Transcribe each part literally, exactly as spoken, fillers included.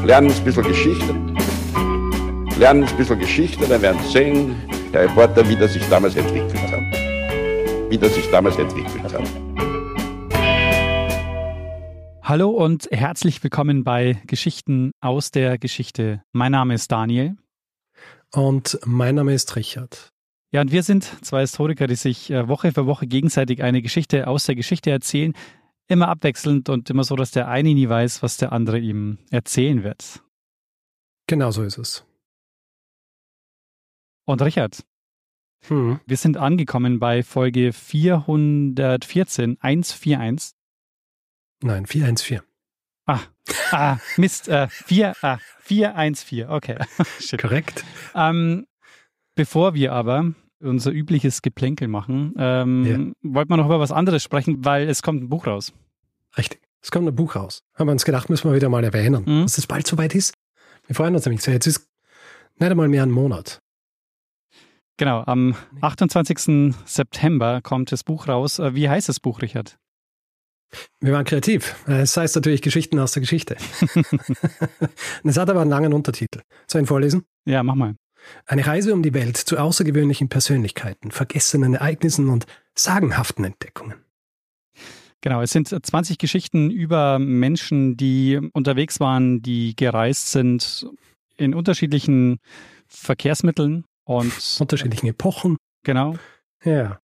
lernen ein bisschen Geschichte. Lernen ein bisschen Geschichte, dann werden Sie sehen, der Reporter, wie das sich damals entwickelt hat. Wie das sich damals entwickelt hat. Hallo und herzlich willkommen bei Geschichten aus der Geschichte. Mein Name ist Daniel. Und mein Name ist Richard. Ja, und wir sind zwei Historiker, die sich Woche für Woche gegenseitig eine Geschichte aus der Geschichte erzählen. Immer abwechselnd und immer so, dass der eine nie weiß, was der andere ihm erzählen wird. Genau so ist es. Und Richard, hm. wir sind angekommen bei Folge vierhundertvierzehn, hundertvierundvierzig. Nein, vierhundertvierzehn. Ah, ah Mist, äh, vier, ah, vierhundertvierzehn, okay. Shit. Korrekt. Ähm, bevor wir aber unser übliches Geplänkel machen, ähm, ja. wollten wir noch über was anderes sprechen, weil es kommt ein Buch raus. Richtig, es kommt ein Buch raus. Haben wir uns gedacht, müssen wir wieder mal erwähnen, mhm. dass es bald soweit ist. Wir freuen uns nämlich sehr. Jetzt ist nicht einmal mehr ein Monat. Genau, am achtundzwanzigsten September kommt das Buch raus. Wie heißt das Buch, Richard? Wir waren kreativ. Es heißt natürlich Geschichten aus der Geschichte. Es hat aber einen langen Untertitel. Soll ich ihn vorlesen? Ja, mach mal. Eine Reise um die Welt zu außergewöhnlichen Persönlichkeiten, vergessenen Ereignissen und sagenhaften Entdeckungen. Genau, es sind zwanzig Geschichten über Menschen, die unterwegs waren, die gereist sind in unterschiedlichen Verkehrsmitteln und unterschiedlichen Epochen. Genau. Ja.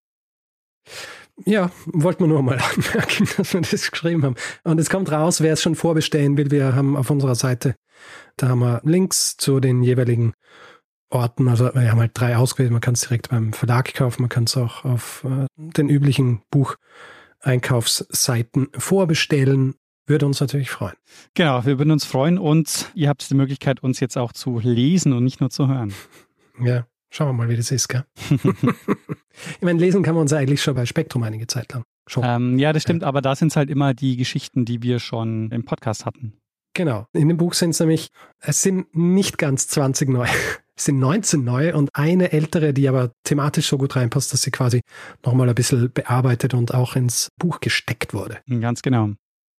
Ja, wollten wir nur mal anmerken, dass wir das geschrieben haben. Und es kommt raus, wer es schon vorbestellen will. Wir haben auf unserer Seite, da haben wir Links zu den jeweiligen Orten. Also wir haben halt drei ausgewählt. Man kann es direkt beim Verlag kaufen. Man kann es auch auf äh, den üblichen Bucheinkaufsseiten vorbestellen. Würde uns natürlich freuen. Genau, wir würden uns freuen und ihr habt die Möglichkeit, uns jetzt auch zu lesen und nicht nur zu hören. Ja, schauen wir mal, wie das ist, gell? Ich meine, lesen kann man uns eigentlich schon bei Spektrum einige Zeit lang. Schon. Ähm, ja, das stimmt, ja. Aber da sind es halt immer die Geschichten, die wir schon im Podcast hatten. Genau. In dem Buch sind es nämlich, es sind nicht ganz zwanzig neu. Es sind neunzehn neu und eine ältere, die aber thematisch so gut reinpasst, dass sie quasi nochmal ein bisschen bearbeitet und auch ins Buch gesteckt wurde. Ganz genau.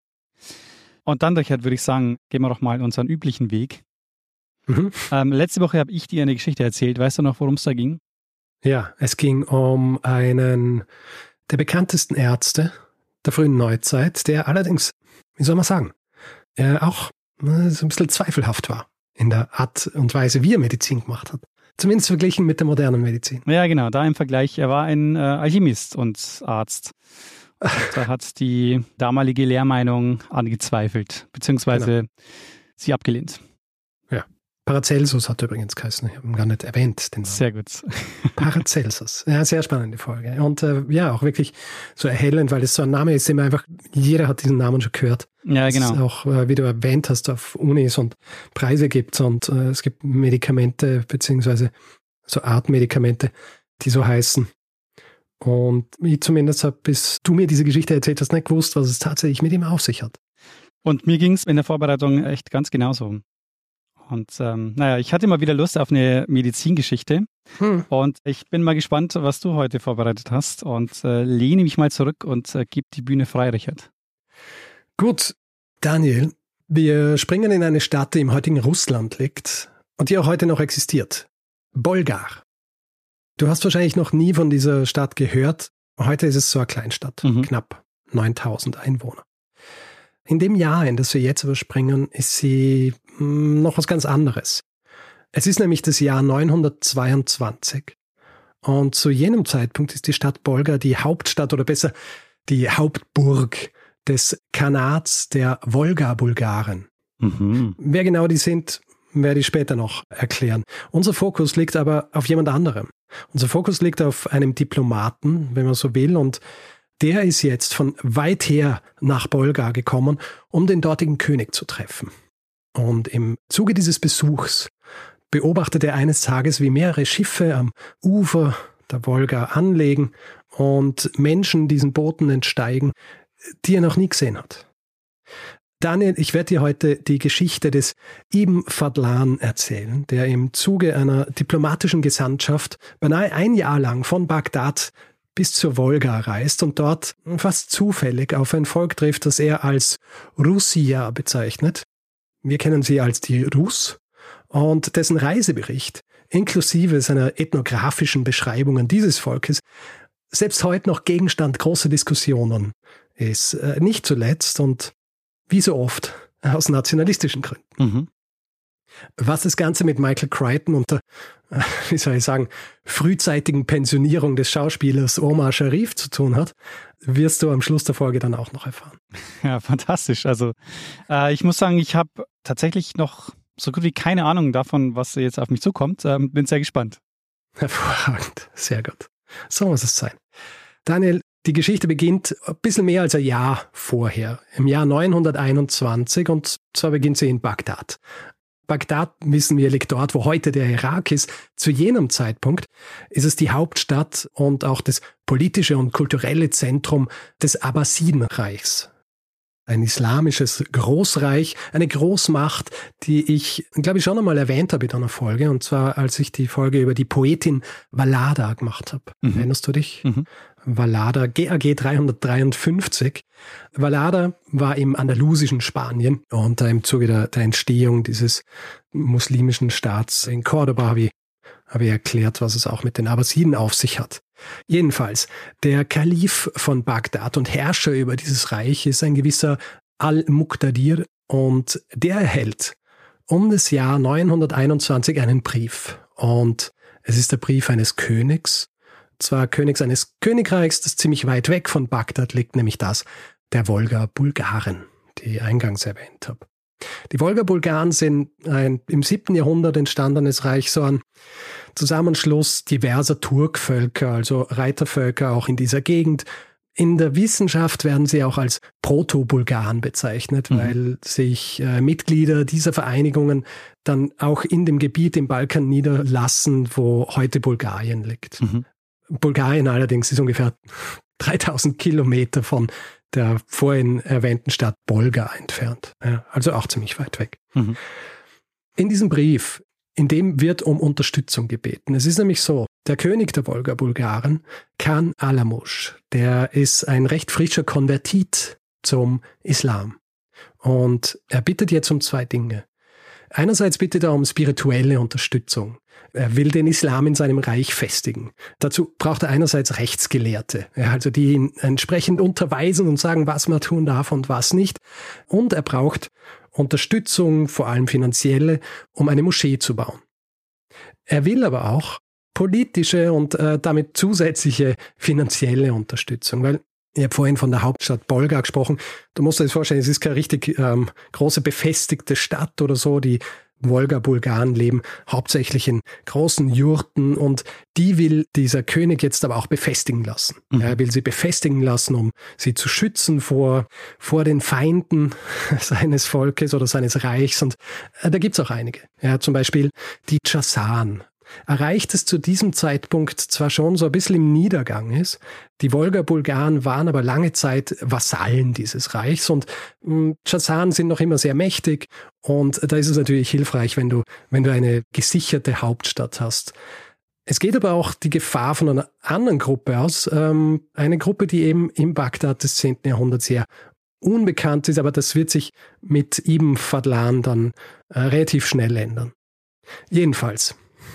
Und dann, Richard, würde ich sagen, gehen wir doch mal unseren üblichen Weg. Mhm. Ähm, letzte Woche habe ich dir eine Geschichte erzählt. Weißt du noch, worum es da ging? Ja, es ging um einen der bekanntesten Ärzte der frühen Neuzeit, der allerdings, wie soll man sagen, äh, auch äh, so ein bisschen zweifelhaft war in der Art und Weise, wie er Medizin gemacht hat. Zumindest verglichen mit der modernen Medizin. Ja, genau, da im Vergleich, er war ein äh, Alchemist und Arzt. Und da hat die damalige Lehrmeinung angezweifelt, beziehungsweise genau. sie abgelehnt. Ja, Paracelsus hat übrigens geheißen, ich habe ihn gar nicht erwähnt. Den Namen. Sehr gut. Paracelsus, ja, sehr spannende Folge. Und äh, ja, auch wirklich so erhellend, weil es so ein Name ist, den man einfach, jeder hat diesen Namen schon gehört. Ja, genau. Es auch, äh, wie du erwähnt hast, auf Unis und Preise gibt und äh, es gibt Medikamente, beziehungsweise so Artmedikamente, die so heißen. Und ich zumindest habe, bis du mir diese Geschichte erzählt hast, nicht gewusst, was es tatsächlich mit ihm auf sich hat. Und mir ging es in der Vorbereitung echt ganz genauso. Und ähm, naja, ich hatte mal wieder Lust auf eine Medizingeschichte. Hm. Und ich bin mal gespannt, was du heute vorbereitet hast. Und äh, lehne mich mal zurück und äh, gebe die Bühne frei, Richard. Gut, Daniel, wir springen in eine Stadt, die im heutigen Russland liegt und die auch heute noch existiert. Bolgar. Du hast wahrscheinlich noch nie von dieser Stadt gehört. Heute ist es so eine Kleinstadt, mhm. knapp neuntausend Einwohner. In dem Jahr, in das wir jetzt überspringen, ist sie mh, noch was ganz anderes. Es ist nämlich das Jahr neunhundertzweiundzwanzig. Und zu jenem Zeitpunkt ist die Stadt Bolgar die Hauptstadt oder besser die Hauptburg des Khanats der Wolga-Bulgaren. Mhm. Wer genau die sind, werde ich später noch erklären. Unser Fokus liegt aber auf jemand anderem. Unser Fokus liegt auf einem Diplomaten, wenn man so will, und der ist jetzt von weit her nach Bolgar gekommen, um den dortigen König zu treffen. Und im Zuge dieses Besuchs beobachtet er eines Tages, wie mehrere Schiffe am Ufer der Wolga anlegen und Menschen diesen Booten entsteigen, die er noch nie gesehen hat. Daniel, ich werde dir heute die Geschichte des Ibn Fadlan erzählen, der im Zuge einer diplomatischen Gesandtschaft beinahe ein Jahr lang von Bagdad bis zur Wolga reist und dort fast zufällig auf ein Volk trifft, das er als Russia bezeichnet. wir kennen sie als die Rus, und dessen Reisebericht inklusive seiner ethnografischen Beschreibungen dieses Volkes selbst heute noch Gegenstand großer Diskussionen ist. Nicht zuletzt und wie so oft aus nationalistischen Gründen. Mhm. Was das Ganze mit Michael Crichton und der, wie soll ich sagen, frühzeitigen Pensionierung des Schauspielers Omar Sharif zu tun hat, wirst du am Schluss der Folge dann auch noch erfahren. Ja, fantastisch. Also äh, ich muss sagen, ich habe tatsächlich noch so gut wie keine Ahnung davon, was jetzt auf mich zukommt. Ähm, bin sehr gespannt. Hervorragend, sehr gut. So muss es sein. Daniel, die Geschichte beginnt ein bisschen mehr als ein Jahr vorher, im Jahr neunhunderteinundzwanzig, und zwar beginnt sie in Bagdad. Bagdad, wissen wir, liegt dort, wo heute der Irak ist. Zu jenem Zeitpunkt ist es die Hauptstadt und auch das politische und kulturelle Zentrum des Abbasidenreichs. Ein islamisches Großreich, eine Großmacht, die ich, glaube ich, schon einmal erwähnt habe in einer Folge, und zwar als ich die Folge über die Poetin Valada gemacht habe. Mhm. Erinnerst du dich? Mhm. Valada, G A G dreihundertdreiundfünfzig. Valada war im andalusischen Spanien, und im Zuge der, der Entstehung dieses muslimischen Staats in Cordoba habe ich, habe ich erklärt, was es auch mit den Abbasiden auf sich hat. Jedenfalls, der Kalif von Bagdad und Herrscher über dieses Reich ist ein gewisser Al-Muqtadir, und der erhält um das Jahr neunhunderteinundzwanzig einen Brief. Und es ist der Brief eines Königs, zwar Königs eines Königreichs, das ziemlich weit weg von Bagdad liegt, nämlich das der Wolga-Bulgaren, die ich eingangs erwähnt habe. Die Wolga-Bulgaren sind ein im siebten Jahrhundert entstandenes Reich, so ein Zusammenschluss diverser Turkvölker, also Reitervölker auch in dieser Gegend. In der Wissenschaft werden sie auch als Proto-Bulgaren bezeichnet, mhm. weil sich äh, Mitglieder dieser Vereinigungen dann auch in dem Gebiet im Balkan niederlassen, wo heute Bulgarien liegt. Mhm. Bulgarien allerdings ist ungefähr dreitausend Kilometer von der vorhin erwähnten Stadt Bolga entfernt. Ja, also auch ziemlich weit weg. Mhm. In diesem Brief, in dem wird um Unterstützung gebeten. Es ist nämlich so, der König der Wolga-Bulgaren, Khan Alamush, der ist ein recht frischer Konvertit zum Islam. Und er bittet jetzt um zwei Dinge. Einerseits bittet er um spirituelle Unterstützung. Er will den Islam in seinem Reich festigen. Dazu braucht er einerseits Rechtsgelehrte, also die ihn entsprechend unterweisen und sagen, was man tun darf und was nicht. Und er braucht Unterstützung, vor allem finanzielle, um eine Moschee zu bauen. Er will aber auch politische und äh, damit zusätzliche finanzielle Unterstützung, weil ich habe vorhin von der Hauptstadt Bolga gesprochen. Du musst dir das vorstellen, es ist keine richtig ähm, große befestigte Stadt oder so. Die Wolga-Bulgaren leben hauptsächlich in großen Jurten, und die will dieser König jetzt aber auch befestigen lassen. Mhm. Er will sie befestigen lassen, um sie zu schützen vor, vor den Feinden seines Volkes oder seines Reichs. Und äh, da gibt's auch einige. Ja, zum Beispiel die Chassan. Erreicht es zu diesem Zeitpunkt zwar schon so ein bisschen im Niedergang ist. Die Wolga-Bulgaren waren aber lange Zeit Vasallen dieses Reichs, und Chassan sind noch immer sehr mächtig, und da ist es natürlich hilfreich, wenn du, wenn du eine gesicherte Hauptstadt hast. Es geht aber auch die Gefahr von einer anderen Gruppe aus, ähm, eine Gruppe, die eben im Bagdad des zehnten Jahrhunderts sehr unbekannt ist, aber das wird sich mit Ibn Fadlan dann äh, relativ schnell ändern. Jedenfalls,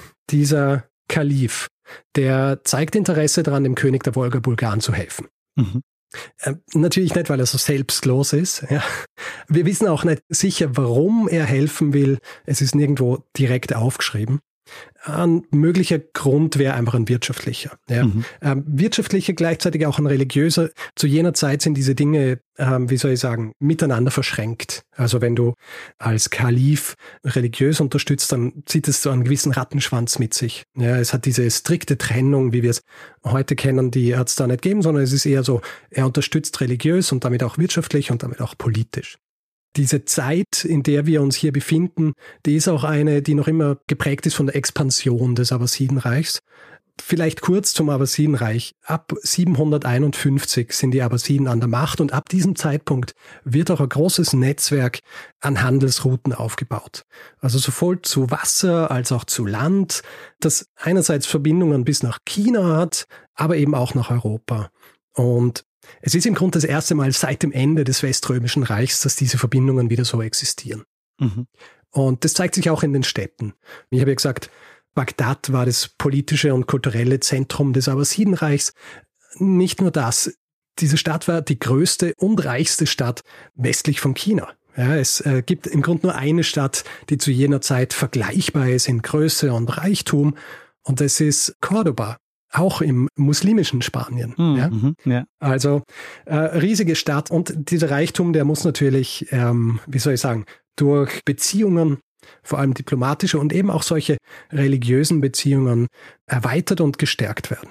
dieser Kalif, der zeigt Interesse daran, dem König der Wolga-Bulgaren zu helfen. Mhm. Äh, natürlich nicht, weil er so selbstlos ist. Ja. Wir wissen auch nicht sicher, warum er helfen will. Es ist nirgendwo direkt aufgeschrieben. Ein möglicher Grund wäre einfach ein wirtschaftlicher. Ja. Mhm. Ähm, wirtschaftlicher, gleichzeitig auch ein religiöser. Zu jener Zeit sind diese Dinge, ähm, wie soll ich sagen, miteinander verschränkt. Also wenn du als Kalif religiös unterstützt, dann zieht es so einen gewissen Rattenschwanz mit sich. Ja, es hat diese strikte Trennung, wie wir es heute kennen, die hat es da nicht gegeben, sondern es ist eher so, er unterstützt religiös und damit auch wirtschaftlich und damit auch politisch. Diese Zeit, in der wir uns hier befinden, die ist auch eine, die noch immer geprägt ist von der Expansion des Abbasidenreichs. Vielleicht kurz zum Abbasidenreich. Ab siebenhunderteinundfünfzig sind die Abbasiden an der Macht, und ab diesem Zeitpunkt wird auch ein großes Netzwerk an Handelsrouten aufgebaut. Also sowohl zu Wasser als auch zu Land, das einerseits Verbindungen bis nach China hat, aber eben auch nach Europa. Und es ist im Grunde das erste Mal seit dem Ende des Weströmischen Reichs, dass diese Verbindungen wieder so existieren. Mhm. Und das zeigt sich auch in den Städten. Ich habe ja gesagt, Bagdad war das politische und kulturelle Zentrum des Abbasidenreichs. Nicht nur das, diese Stadt war die größte und reichste Stadt westlich von China. Ja, es äh, gibt im Grunde nur eine Stadt, die zu jener Zeit vergleichbar ist in Größe und Reichtum, und das ist Cordoba, auch im muslimischen Spanien. Mhm, ja? Mhm, ja. Also äh, riesige Stadt, und dieser Reichtum, der muss natürlich, ähm, wie soll ich sagen, durch Beziehungen, vor allem diplomatische und eben auch solche religiösen Beziehungen, erweitert und gestärkt werden.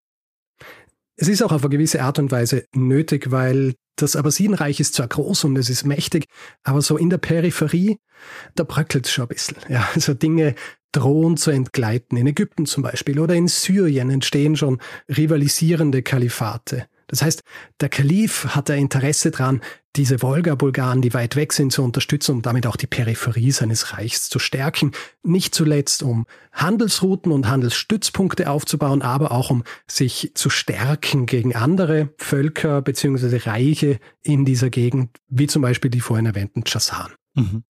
Es ist auch auf eine gewisse Art und Weise nötig, weil das Abbasidenreich ist zwar groß und es ist mächtig, aber so in der Peripherie, da bröckelt es schon ein bisschen. Ja, also Dinge drohen zu entgleiten. In Ägypten zum Beispiel oder in Syrien entstehen schon rivalisierende Kalifate. Das heißt, der Kalif hat ein Interesse daran, diese Wolga-Bulgaren, die weit weg sind, zu unterstützen und damit auch die Peripherie seines Reichs zu stärken. Nicht zuletzt, um Handelsrouten und Handelsstützpunkte aufzubauen, aber auch um sich zu stärken gegen andere Völker bzw. Reiche in dieser Gegend, wie zum Beispiel die vorhin erwähnten Chasan. Mhm.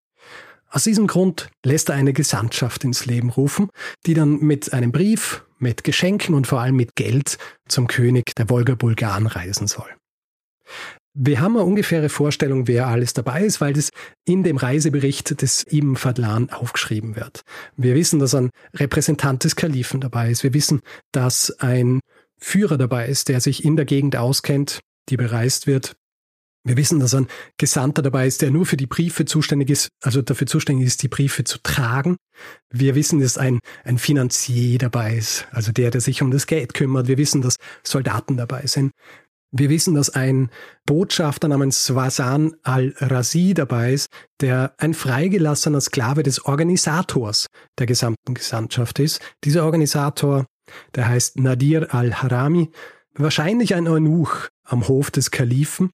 Aus diesem Grund lässt er eine Gesandtschaft ins Leben rufen, die dann mit einem Brief, mit Geschenken und vor allem mit Geld zum König der Wolga-Bulgaren reisen soll. Wir haben eine ungefähre Vorstellung, wer alles dabei ist, weil das in dem Reisebericht des Ibn Fadlan aufgeschrieben wird. Wir wissen, dass ein Repräsentant des Kalifen dabei ist. Wir wissen, dass ein Führer dabei ist, der sich in der Gegend auskennt, die bereist wird. Wir wissen, dass ein Gesandter dabei ist, der nur für die Briefe zuständig ist, also dafür zuständig ist, die Briefe zu tragen. Wir wissen, dass ein, ein Finanzier dabei ist, also der, der sich um das Geld kümmert. Wir wissen, dass Soldaten dabei sind. Wir wissen, dass ein Botschafter namens Swazan al-Razi dabei ist, der ein freigelassener Sklave des Organisators der gesamten Gesandtschaft ist. Dieser Organisator, der heißt Nadir al-Harami, wahrscheinlich ein Eunuch am Hof des Kalifen.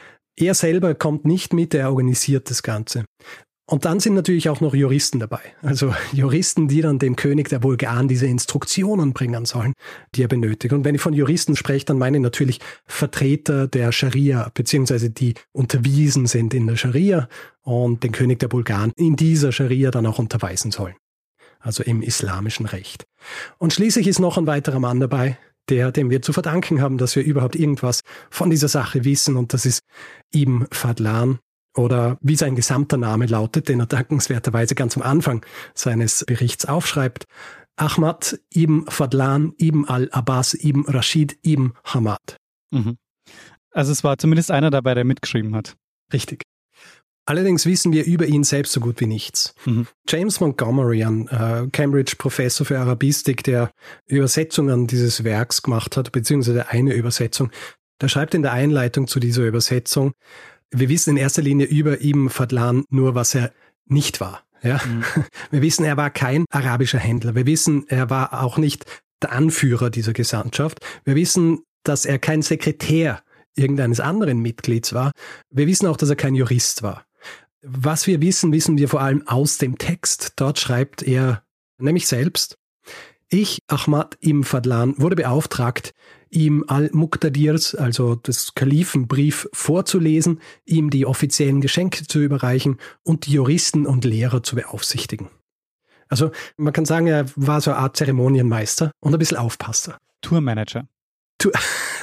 Er selber kommt nicht mit, er organisiert das Ganze. Und dann sind natürlich auch noch Juristen dabei. Also Juristen, die dann dem König der Bulgaren diese Instruktionen bringen sollen, die er benötigt. Und wenn ich von Juristen spreche, dann meine ich natürlich Vertreter der Scharia, beziehungsweise die unterwiesen sind in der Scharia und den König der Bulgaren in dieser Scharia dann auch unterweisen sollen. Also im islamischen Recht. Und schließlich ist noch ein weiterer Mann dabei, der, dem wir zu verdanken haben, dass wir überhaupt irgendwas von dieser Sache wissen, und das ist Ibn Fadlan, oder wie sein gesamter Name lautet, den er dankenswerterweise ganz am Anfang seines Berichts aufschreibt: Ahmad ibn Fadlan ibn al-Abbas ibn Rashid ibn Hamad. Mhm. Also es war zumindest einer dabei, der mitgeschrieben hat. Richtig. Allerdings wissen wir über ihn selbst so gut wie nichts. Mhm. James Montgomery, ein äh, Cambridge-Professor für Arabistik, der Übersetzungen dieses Werks gemacht hat, beziehungsweise eine Übersetzung, der schreibt in der Einleitung zu dieser Übersetzung: Wir wissen in erster Linie über Ibn Fadlan nur, was er nicht war. Ja? Mhm. Wir wissen, er war kein arabischer Händler. Wir wissen, er war auch nicht der Anführer dieser Gesandtschaft. Wir wissen, dass er kein Sekretär irgendeines anderen Mitglieds war. Wir wissen auch, dass er kein Jurist war. Was wir wissen, wissen wir vor allem aus dem Text. Dort schreibt er nämlich selbst: Ich, Ahmad ibn Fadlan, wurde beauftragt, ihm al-Muqtadirs, also des Kalifenbrief, vorzulesen, ihm die offiziellen Geschenke zu überreichen und die Juristen und Lehrer zu beaufsichtigen. Also man kann sagen, er war so eine Art Zeremonienmeister und ein bisschen Aufpasser. Tourmanager. Tour,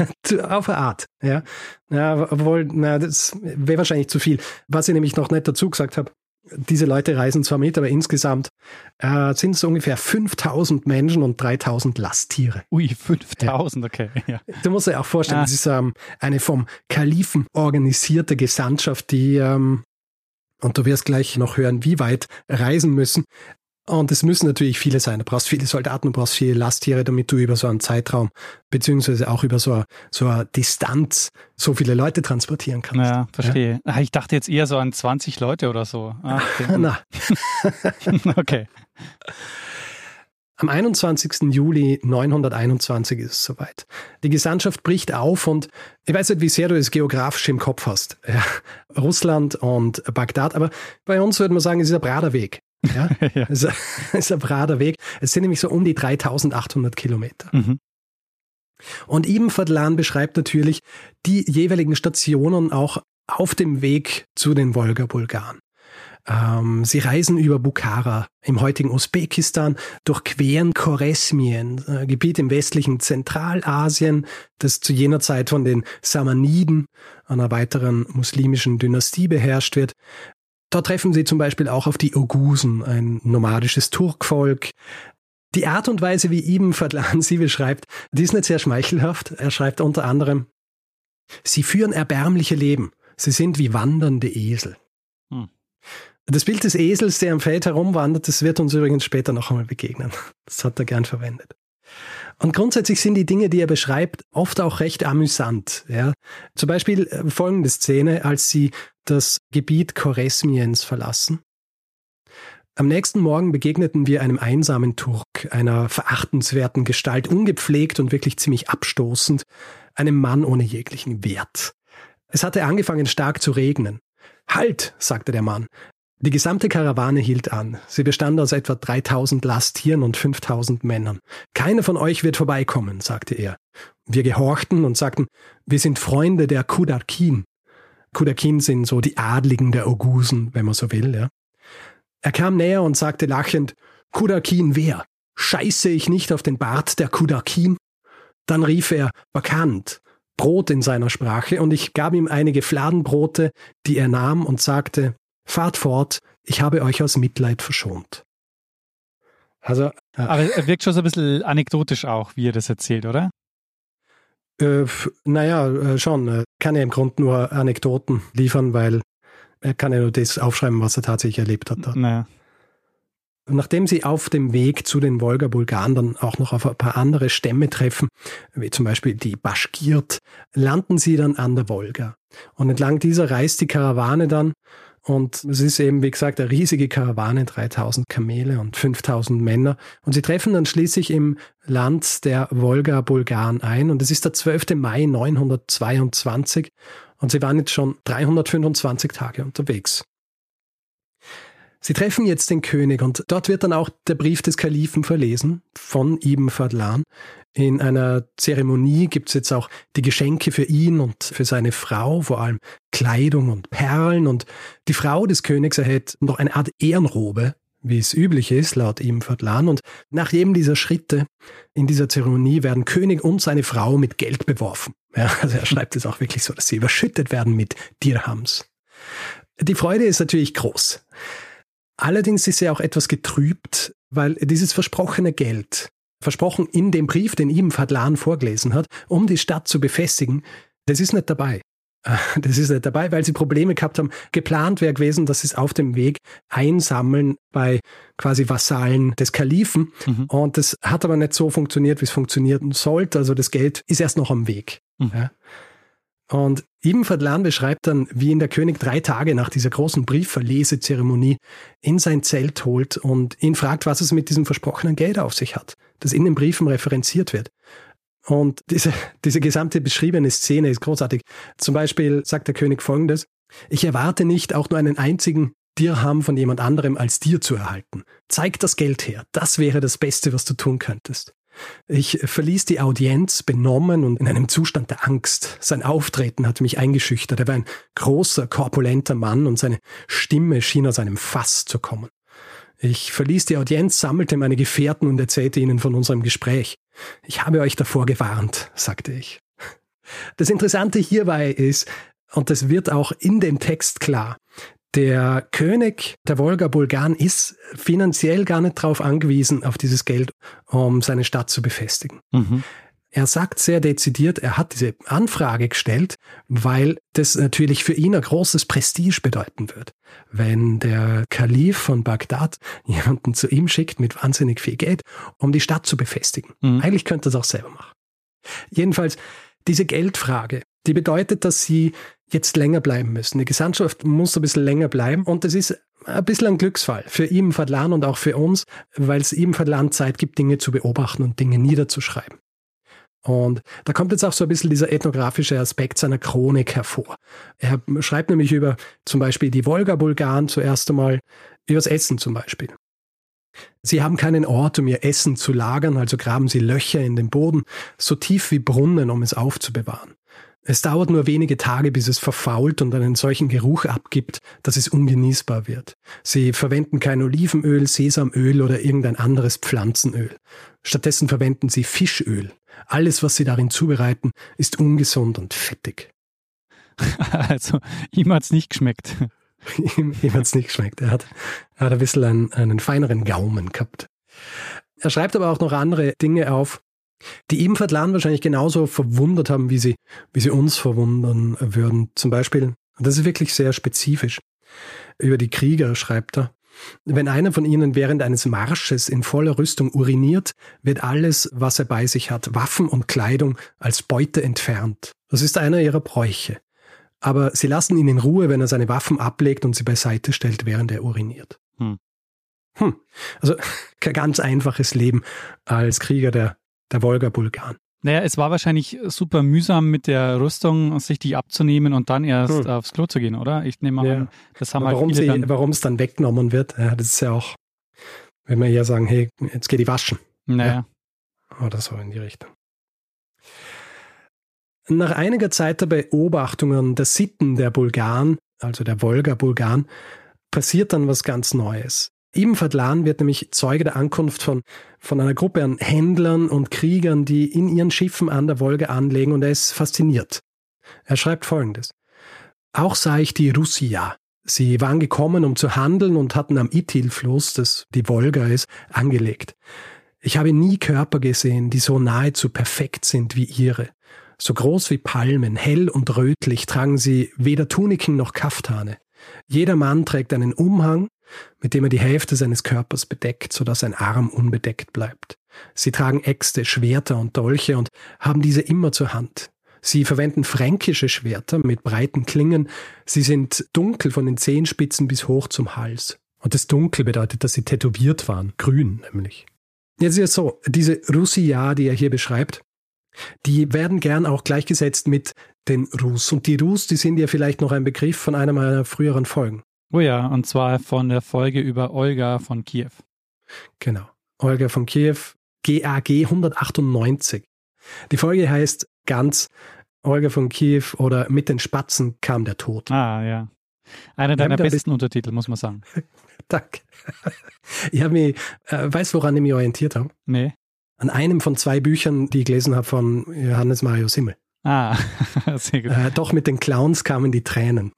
auf eine Art, ja. Ja, obwohl, na, das wäre wahrscheinlich zu viel. Was ich nämlich noch nicht dazu gesagt habe: Diese Leute reisen zwar mit, aber insgesamt äh, sind es ungefähr fünftausend Menschen und dreitausend Lasttiere. Ui, fünftausend, ja. Okay. Ja. Du musst dir auch vorstellen, ah. das ist ähm, eine vom Kalifen organisierte Gesandtschaft, die, ähm, und du wirst gleich noch hören, wie weit reisen müssen. Und es müssen natürlich viele sein. Du brauchst viele Soldaten, du brauchst viele Lasttiere, damit du über so einen Zeitraum, beziehungsweise auch über so eine, so eine Distanz so viele Leute transportieren kannst. Ja, verstehe. Ja? Ich dachte jetzt eher so an zwanzig Leute oder so. Ah, okay. Na. Okay. Am einundzwanzigsten Juli neunhunderteinundzwanzig ist es soweit. Die Gesandtschaft bricht auf und ich weiß nicht, wie sehr du es geografisch im Kopf hast. Ja, Russland und Bagdad, aber bei uns würde man sagen, es ist ein brader Weg. Ja, ja. Es ist ein brader Weg. Es sind nämlich so um die dreitausendachthundert Kilometer. Mhm. Und Ibn Fadlan beschreibt natürlich die jeweiligen Stationen auch auf dem Weg zu den Wolga-Bulgaren. Ähm, sie reisen über Bukhara im heutigen Usbekistan, durchqueren Choresmien, ein Gebiet im westlichen Zentralasien, das zu jener Zeit von den Samaniden, einer weiteren muslimischen Dynastie, beherrscht wird. Dort treffen sie zum Beispiel auch auf die Oghusen, ein nomadisches Turkvolk. Die Art und Weise, wie Ibn Fadlan sie beschreibt, die ist nicht sehr schmeichelhaft. Er schreibt unter anderem: Sie führen erbärmliche Leben. Sie sind wie wandernde Esel. Hm. Das Bild des Esels, der am Feld herumwandert, das wird uns übrigens später noch einmal begegnen. Das hat er gern verwendet. Und grundsätzlich sind die Dinge, die er beschreibt, oft auch recht amüsant. Ja. Zum Beispiel folgende Szene, als sie das Gebiet Choresmiens verlassen. Am nächsten Morgen begegneten wir einem einsamen Turk, einer verachtenswerten Gestalt, ungepflegt und wirklich ziemlich abstoßend, einem Mann ohne jeglichen Wert. Es hatte angefangen stark zu regnen. »Halt«, sagte der Mann. Die gesamte Karawane hielt an. Sie bestand aus etwa dreitausend Lasttieren und fünftausend Männern. »Keiner von euch wird vorbeikommen«, sagte er. Wir gehorchten und sagten, wir sind Freunde der Kudarkin. Kudarkin sind so die Adligen der Oghusен, wenn man so will. Ja. Er kam näher und sagte lachend, »Kudarkin wer? Scheiße ich nicht auf den Bart der Kudarkin?« Dann rief er, »Vakant«, Brot in seiner Sprache, und ich gab ihm einige Fladenbrote, die er nahm und sagte, »Fahrt fort, ich habe euch aus Mitleid verschont.« Also, äh, Aber er wirkt schon so ein bisschen anekdotisch auch, wie er das erzählt, oder? Äh, naja, äh, schon. Er kann ja im Grunde nur Anekdoten liefern, weil er kann ja nur das aufschreiben, was er tatsächlich erlebt hat. Naja. Nachdem sie auf dem Weg zu den Wolga-Bulgaren dann auch noch auf ein paar andere Stämme treffen, wie zum Beispiel die Baschkirt, landen sie dann an der Wolga. Und entlang dieser reist die Karawane dann, und es ist eben, wie gesagt, eine riesige Karawane, dreitausend Kamele und fünftausend Männer. Und sie treffen dann schließlich im Land der Wolga-Bulgaren ein. Und es ist der zwölfte Mai neunhundertzweiundzwanzig. Und sie waren jetzt schon dreihundertfünfundzwanzig Tage unterwegs. Sie treffen jetzt den König, und dort wird dann auch der Brief des Kalifen verlesen von Ibn Fadlan. In einer Zeremonie gibt es jetzt auch die Geschenke für ihn und für seine Frau, vor allem Kleidung und Perlen. Und die Frau des Königs erhält noch eine Art Ehrenrobe, wie es üblich ist, laut Ibn Fadlan. Und nach jedem dieser Schritte in dieser Zeremonie werden König und seine Frau mit Geld beworfen. Ja, also er schreibt es auch wirklich so, dass sie überschüttet werden mit Dirhams. Die Freude ist natürlich groß. Allerdings ist sie auch etwas getrübt, weil dieses versprochene Geld, versprochen in dem Brief, den Ibn Fadlan vorgelesen hat, um die Stadt zu befestigen, das ist nicht dabei. Das ist nicht dabei, weil sie Probleme gehabt haben. Geplant wäre gewesen, dass sie es auf dem Weg einsammeln bei quasi Vasallen des Kalifen. Mhm. Und das hat aber nicht so funktioniert, wie es funktionieren sollte. Also das Geld ist erst noch am Weg. Mhm. Ja. Und Ibn Fadlan beschreibt dann, wie ihn der König drei Tage nach dieser großen Briefverlesezeremonie in sein Zelt holt und ihn fragt, was es mit diesem versprochenen Geld auf sich hat, das in den Briefen referenziert wird. Und diese, diese gesamte beschriebene Szene ist großartig. Zum Beispiel sagt der König Folgendes: Ich erwarte nicht, auch nur einen einzigen Dirham von jemand anderem als dir zu erhalten. Zeig das Geld her. Das wäre das Beste, was du tun könntest. Ich verließ die Audienz benommen und in einem Zustand der Angst. Sein Auftreten hatte mich eingeschüchtert. Er war ein großer, korpulenter Mann und seine Stimme schien aus einem Fass zu kommen. Ich verließ die Audienz, sammelte meine Gefährten und erzählte ihnen von unserem Gespräch. Ich habe euch davor gewarnt, sagte ich. Das Interessante hierbei ist, und das wird auch in dem Text klar, der König der Wolga-Bulgaren ist finanziell gar nicht darauf angewiesen, auf dieses Geld, um seine Stadt zu befestigen. Mhm. Er sagt sehr dezidiert, er hat diese Anfrage gestellt, weil das natürlich für ihn ein großes Prestige bedeuten wird. Wenn der Kalif von Bagdad jemanden zu ihm schickt mit wahnsinnig viel Geld, um die Stadt zu befestigen. Mhm. Eigentlich könnte er das auch selber machen. Jedenfalls, diese Geldfrage, die bedeutet, dass sie jetzt länger bleiben müssen. Die Gesandtschaft muss ein bisschen länger bleiben, und das ist ein bisschen ein Glücksfall für Ibn Fadlan und auch für uns, weil es Ibn Fadlan Zeit gibt, Dinge zu beobachten und Dinge niederzuschreiben. Und da kommt jetzt auch so ein bisschen dieser ethnografische Aspekt seiner Chronik hervor. Er schreibt nämlich über zum Beispiel die Wolga-Bulgaren zuerst einmal, übers Essen zum Beispiel. Sie haben keinen Ort, um ihr Essen zu lagern, also graben sie Löcher in den Boden, so tief wie Brunnen, um es aufzubewahren. Es dauert nur wenige Tage, bis es verfault und einen solchen Geruch abgibt, dass es ungenießbar wird. Sie verwenden kein Olivenöl, Sesamöl oder irgendein anderes Pflanzenöl. Stattdessen verwenden sie Fischöl. Alles, was sie darin zubereiten, ist ungesund und fettig. Also, ihm hat's nicht geschmeckt. ihm ihm hat's nicht geschmeckt. Er hat, er hat ein bisschen einen, einen feineren Gaumen gehabt. Er schreibt aber auch noch andere Dinge auf, die Ibn Fadlan wahrscheinlich genauso verwundert haben, wie sie, wie sie uns verwundern würden. Zum Beispiel, das ist wirklich sehr spezifisch, über die Krieger schreibt er: Wenn einer von ihnen während eines Marsches in voller Rüstung uriniert, wird alles, was er bei sich hat, Waffen und Kleidung, als Beute entfernt. Das ist einer ihrer Bräuche. Aber sie lassen ihn in Ruhe, wenn er seine Waffen ablegt und sie beiseite stellt, während er uriniert. Hm. Hm. Also kein ganz einfaches Leben als Krieger der der Wolga-Bulgaren. Naja, es war wahrscheinlich super mühsam mit der Rüstung, sich die abzunehmen und dann erst hm. aufs Klo zu gehen, oder? Ich nehme ja. an, das haben warum halt viele sie, dann... Warum es dann weggenommen wird, ja, das ist ja auch, wenn wir eher sagen, hey, jetzt geh die waschen. Naja. Ja. Oder so in die Richtung. Nach einiger Zeit der Beobachtungen der Sitten der Bulgaren, also der Wolga-Bulgaren, passiert dann was ganz Neues. Ibn Fadlan wird nämlich Zeuge der Ankunft von, von einer Gruppe an Händlern und Kriegern, die in ihren Schiffen an der Wolga anlegen, und er ist fasziniert. Er schreibt Folgendes: Auch sah ich die Russia. Sie waren gekommen, um zu handeln, und hatten am Itil-Fluss, das die Wolga ist, angelegt. Ich habe nie Körper gesehen, die so nahezu perfekt sind wie ihre. So groß wie Palmen, hell und rötlich, tragen sie weder Tuniken noch Kaftane. Jeder Mann trägt einen Umhang, mit dem er die Hälfte seines Körpers bedeckt, sodass ein Arm unbedeckt bleibt. Sie tragen Äxte, Schwerter und Dolche und haben diese immer zur Hand. Sie verwenden fränkische Schwerter mit breiten Klingen. Sie sind dunkel von den Zehenspitzen bis hoch zum Hals. Und das Dunkel bedeutet, dass sie tätowiert waren, grün nämlich. Jetzt ist es so, diese Russia, die er hier beschreibt, die werden gern auch gleichgesetzt mit den Rus. Und die Rus, die sind ja vielleicht noch ein Begriff von einer meiner früheren Folgen. Oh ja, und zwar von der Folge über Olga von Kiew. Genau, Olga von Kiew, G A G hundertachtundneunzig. Die Folge heißt ganz Olga von Kiew oder Mit den Spatzen kam der Tod. Ah, ja. Einer deiner besten Untertitel, muss man sagen. Danke. Ich habe mich, äh, weißt du, woran ich mich orientiert habe? Nee. An einem von zwei Büchern, die ich gelesen habe von Johannes Mario Simmel. Ah, sehr gut. Äh, doch mit den Clowns kamen die Tränen.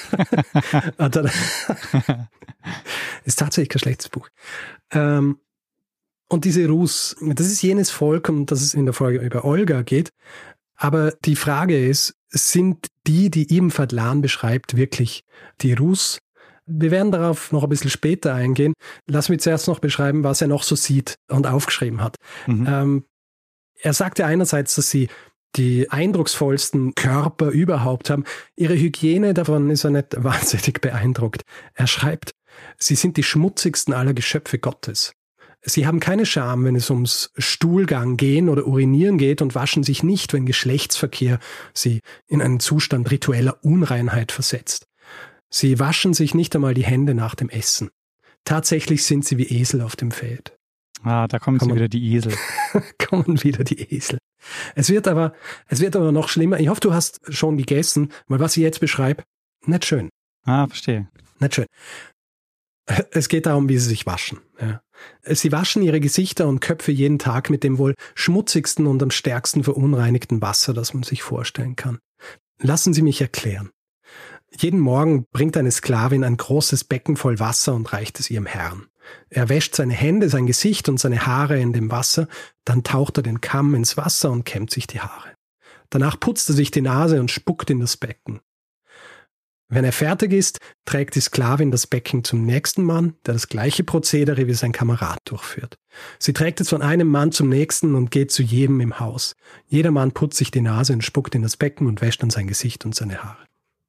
Ist tatsächlich kein schlechtes Buch. Ähm, und diese Rus, das ist jenes Volk, um das es in der Folge über Olga geht. Aber die Frage ist, sind die, die Ibn Fadlan beschreibt, wirklich die Rus? Wir werden darauf noch ein bisschen später eingehen. Lass mich zuerst noch beschreiben, was er noch so sieht und aufgeschrieben hat. Mhm. Ähm, er sagte einerseits, dass sie die eindrucksvollsten Körper überhaupt haben. Ihre Hygiene, davon ist er nicht wahnsinnig beeindruckt. Er schreibt, sie sind die schmutzigsten aller Geschöpfe Gottes. Sie haben keine Scham, wenn es ums Stuhlgang gehen oder Urinieren geht, und waschen sich nicht, wenn Geschlechtsverkehr sie in einen Zustand ritueller Unreinheit versetzt. Sie waschen sich nicht einmal die Hände nach dem Essen. Tatsächlich sind sie wie Esel auf dem Feld. Ah, da kommen, kommen wieder die Esel. kommen wieder die Esel. Es wird aber, es wird aber noch schlimmer. Ich hoffe, du hast schon gegessen, weil was ich jetzt beschreibe, nicht schön. Ah, verstehe. Nicht schön. Es geht darum, wie sie sich waschen. Ja. Sie waschen ihre Gesichter und Köpfe jeden Tag mit dem wohl schmutzigsten und am stärksten verunreinigten Wasser, das man sich vorstellen kann. Lassen Sie mich erklären. Jeden Morgen bringt eine Sklavin ein großes Becken voll Wasser und reicht es ihrem Herrn. Er wäscht seine Hände, sein Gesicht und seine Haare in dem Wasser, dann taucht er den Kamm ins Wasser und kämmt sich die Haare. Danach putzt er sich die Nase und spuckt in das Becken. Wenn er fertig ist, trägt die Sklavin das Becken zum nächsten Mann, der das gleiche Prozedere wie sein Kamerad durchführt. Sie trägt es von einem Mann zum nächsten und geht zu jedem im Haus. Jeder Mann putzt sich die Nase und spuckt in das Becken und wäscht dann sein Gesicht und seine Haare.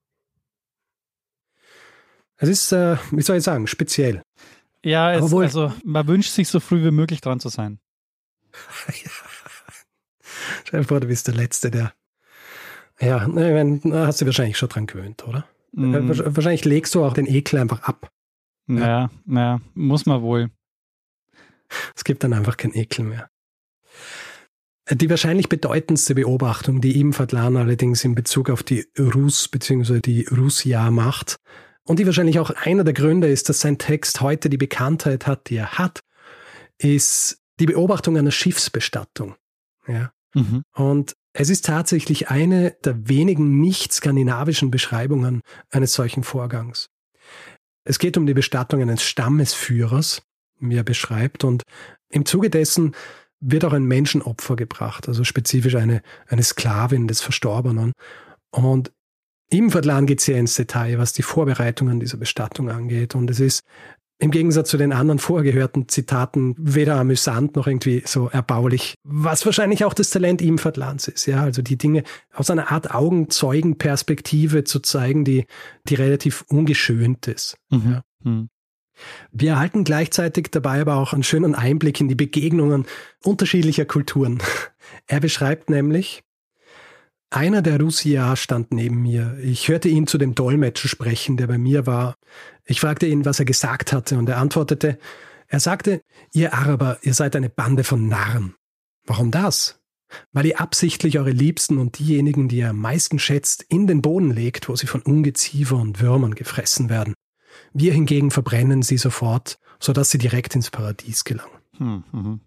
Es ist, äh, wie soll ich sagen, speziell. Ja, es, wohl, also man wünscht sich so früh wie möglich dran zu sein. Stell dir vor, du bist der Letzte, der... Ja, ne, hast du wahrscheinlich schon dran gewöhnt, oder? Mm. Wahrscheinlich legst du auch den Ekel einfach ab. Naja, naja, muss man wohl. Es gibt dann einfach keinen Ekel mehr. Die wahrscheinlich bedeutendste Beobachtung, die Ibn Fadlan allerdings in Bezug auf die Rus bzw. die Russia macht und die wahrscheinlich auch einer der Gründe ist, dass sein Text heute die Bekanntheit hat, die er hat, ist die Beobachtung einer Schiffsbestattung. Ja. Mhm. Und es ist tatsächlich eine der wenigen nicht-skandinavischen Beschreibungen eines solchen Vorgangs. Es geht um die Bestattung eines Stammesführers, wie er beschreibt, und im Zuge dessen wird auch ein Menschenopfer gebracht, also spezifisch eine, eine Sklavin des Verstorbenen. Und Ibn Fadlan geht sehr ins Detail, was die Vorbereitungen dieser Bestattung angeht. Und es ist im Gegensatz zu den anderen vorgehörten Zitaten weder amüsant noch irgendwie so erbaulich, was wahrscheinlich auch das Talent Ibn Fadlans ist. Ja, also die Dinge aus einer Art Augenzeugenperspektive zu zeigen, die, die relativ ungeschönt ist. Mhm. Ja. Mhm. Wir erhalten gleichzeitig dabei aber auch einen schönen Einblick in die Begegnungen unterschiedlicher Kulturen. Er beschreibt nämlich: Einer der Russia stand neben mir. Ich hörte ihn zu dem Dolmetscher sprechen, der bei mir war. Ich fragte ihn, was er gesagt hatte, und er antwortete, er sagte, ihr Araber, ihr seid eine Bande von Narren. Warum das? Weil ihr absichtlich eure Liebsten und diejenigen, die ihr am meisten schätzt, in den Boden legt, wo sie von Ungeziefer und Würmern gefressen werden. Wir hingegen verbrennen sie sofort, sodass sie direkt ins Paradies gelangen. Hm, mhm.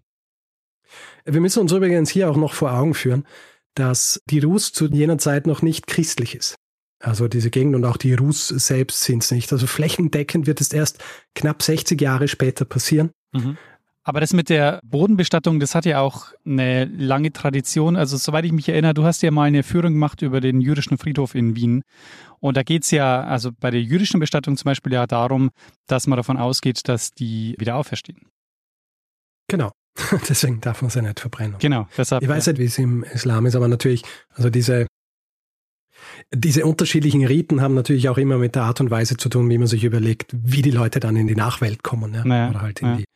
Wir müssen uns übrigens hier auch noch vor Augen führen, dass die Rus zu jener Zeit noch nicht christlich ist. Also diese Gegend und auch die Rus selbst sind es nicht. Also flächendeckend wird es erst knapp sechzig Jahre später passieren. Mhm. Aber das mit der Bodenbestattung, das hat ja auch eine lange Tradition. Also soweit ich mich erinnere, du hast ja mal eine Führung gemacht über den jüdischen Friedhof in Wien. Und da geht es ja, also bei der jüdischen Bestattung zum Beispiel ja darum, dass man davon ausgeht, dass die wieder auferstehen. Genau. Deswegen darf man sie nicht verbrennen. Genau. Deshalb, ich weiß ja. nicht, wie es im Islam ist, aber natürlich, also diese, diese unterschiedlichen Riten haben natürlich auch immer mit der Art und Weise zu tun, wie man sich überlegt, wie die Leute dann in die Nachwelt kommen. Ja? Naja, oder halt in ja. die,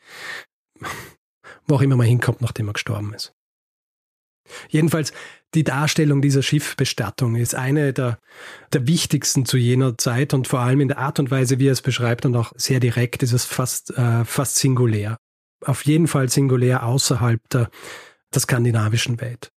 wo auch immer man hinkommt, nachdem man gestorben ist. Jedenfalls, die Darstellung dieser Schiffbestattung ist eine der, der wichtigsten zu jener Zeit und vor allem in der Art und Weise, wie er es beschreibt und auch sehr direkt, ist es fast, äh, fast singulär. Auf jeden Fall singulär außerhalb der, der skandinavischen Welt.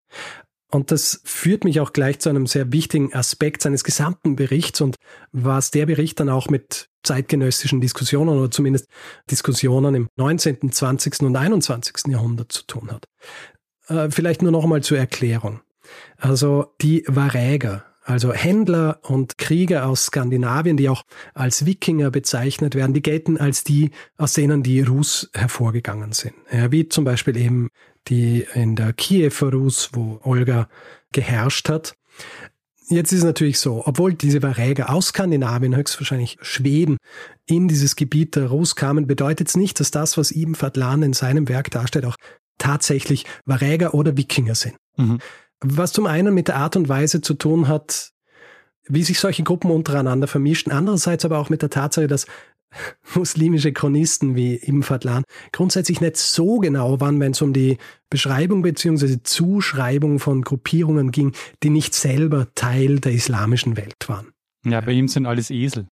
Und das führt mich auch gleich zu einem sehr wichtigen Aspekt seines gesamten Berichts und was der Bericht dann auch mit zeitgenössischen Diskussionen oder zumindest Diskussionen im neunzehnten, zwanzigsten und einundzwanzigsten Jahrhundert zu tun hat. Äh, vielleicht nur noch einmal zur Erklärung. Also die Varäger, also Händler und Krieger aus Skandinavien, die auch als Wikinger bezeichnet werden, die gelten als die, aus denen die Rus hervorgegangen sind. Ja, wie zum Beispiel eben die in der Kiewer Rus, wo Olga geherrscht hat. Jetzt ist es natürlich so, obwohl diese Varäger aus Skandinavien, höchstwahrscheinlich Schweden, in dieses Gebiet der Rus kamen, bedeutet es nicht, dass das, was Ibn Fadlan in seinem Werk darstellt, auch tatsächlich Varäger oder Wikinger sind. Mhm. Was zum einen mit der Art und Weise zu tun hat, wie sich solche Gruppen untereinander vermischen, andererseits aber auch mit der Tatsache, dass muslimische Chronisten wie Ibn Fadlan grundsätzlich nicht so genau waren, wenn es um die Beschreibung bzw. Zuschreibung von Gruppierungen ging, die nicht selber Teil der islamischen Welt waren. Ja, bei ihm sind alles Esel.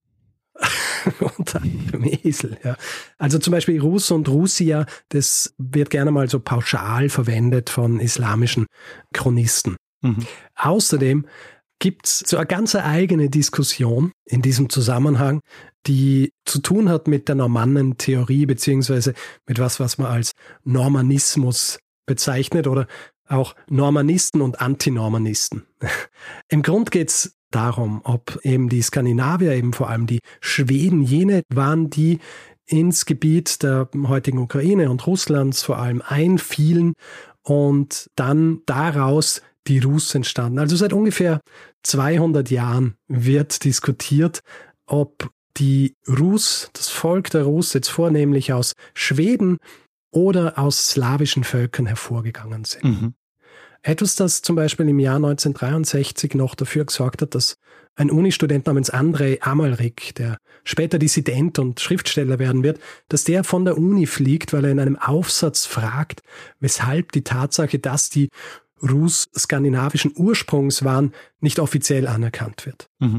Unter anderem Esel, ja. Also zum Beispiel Rus und Russia, das wird gerne mal so pauschal verwendet von islamischen Chronisten. Mhm. Außerdem gibt es so eine ganz eigene Diskussion in diesem Zusammenhang, die zu tun hat mit der Normannentheorie beziehungsweise mit was, was man als Normannismus bezeichnet oder auch Normanisten und Antinormanisten. Im Grund geht es darum, ob eben die Skandinavier, eben vor allem die Schweden, jene waren, die ins Gebiet der heutigen Ukraine und Russlands vor allem einfielen und dann daraus die Rus entstanden. Also seit ungefähr zweihundert Jahren wird diskutiert, ob die Rus, das Volk der Rus, jetzt vornehmlich aus Schweden oder aus slawischen Völkern hervorgegangen sind. Mhm. Etwas, das zum Beispiel im Jahr neunzehnhundertdreiundsechzig noch dafür gesorgt hat, dass ein Unistudent namens Andrej Amalrik, der später Dissident und Schriftsteller werden wird, dass der von der Uni fliegt, weil er in einem Aufsatz fragt, weshalb die Tatsache, dass die Rus skandinavischen Ursprungs waren, nicht offiziell anerkannt wird. Mhm.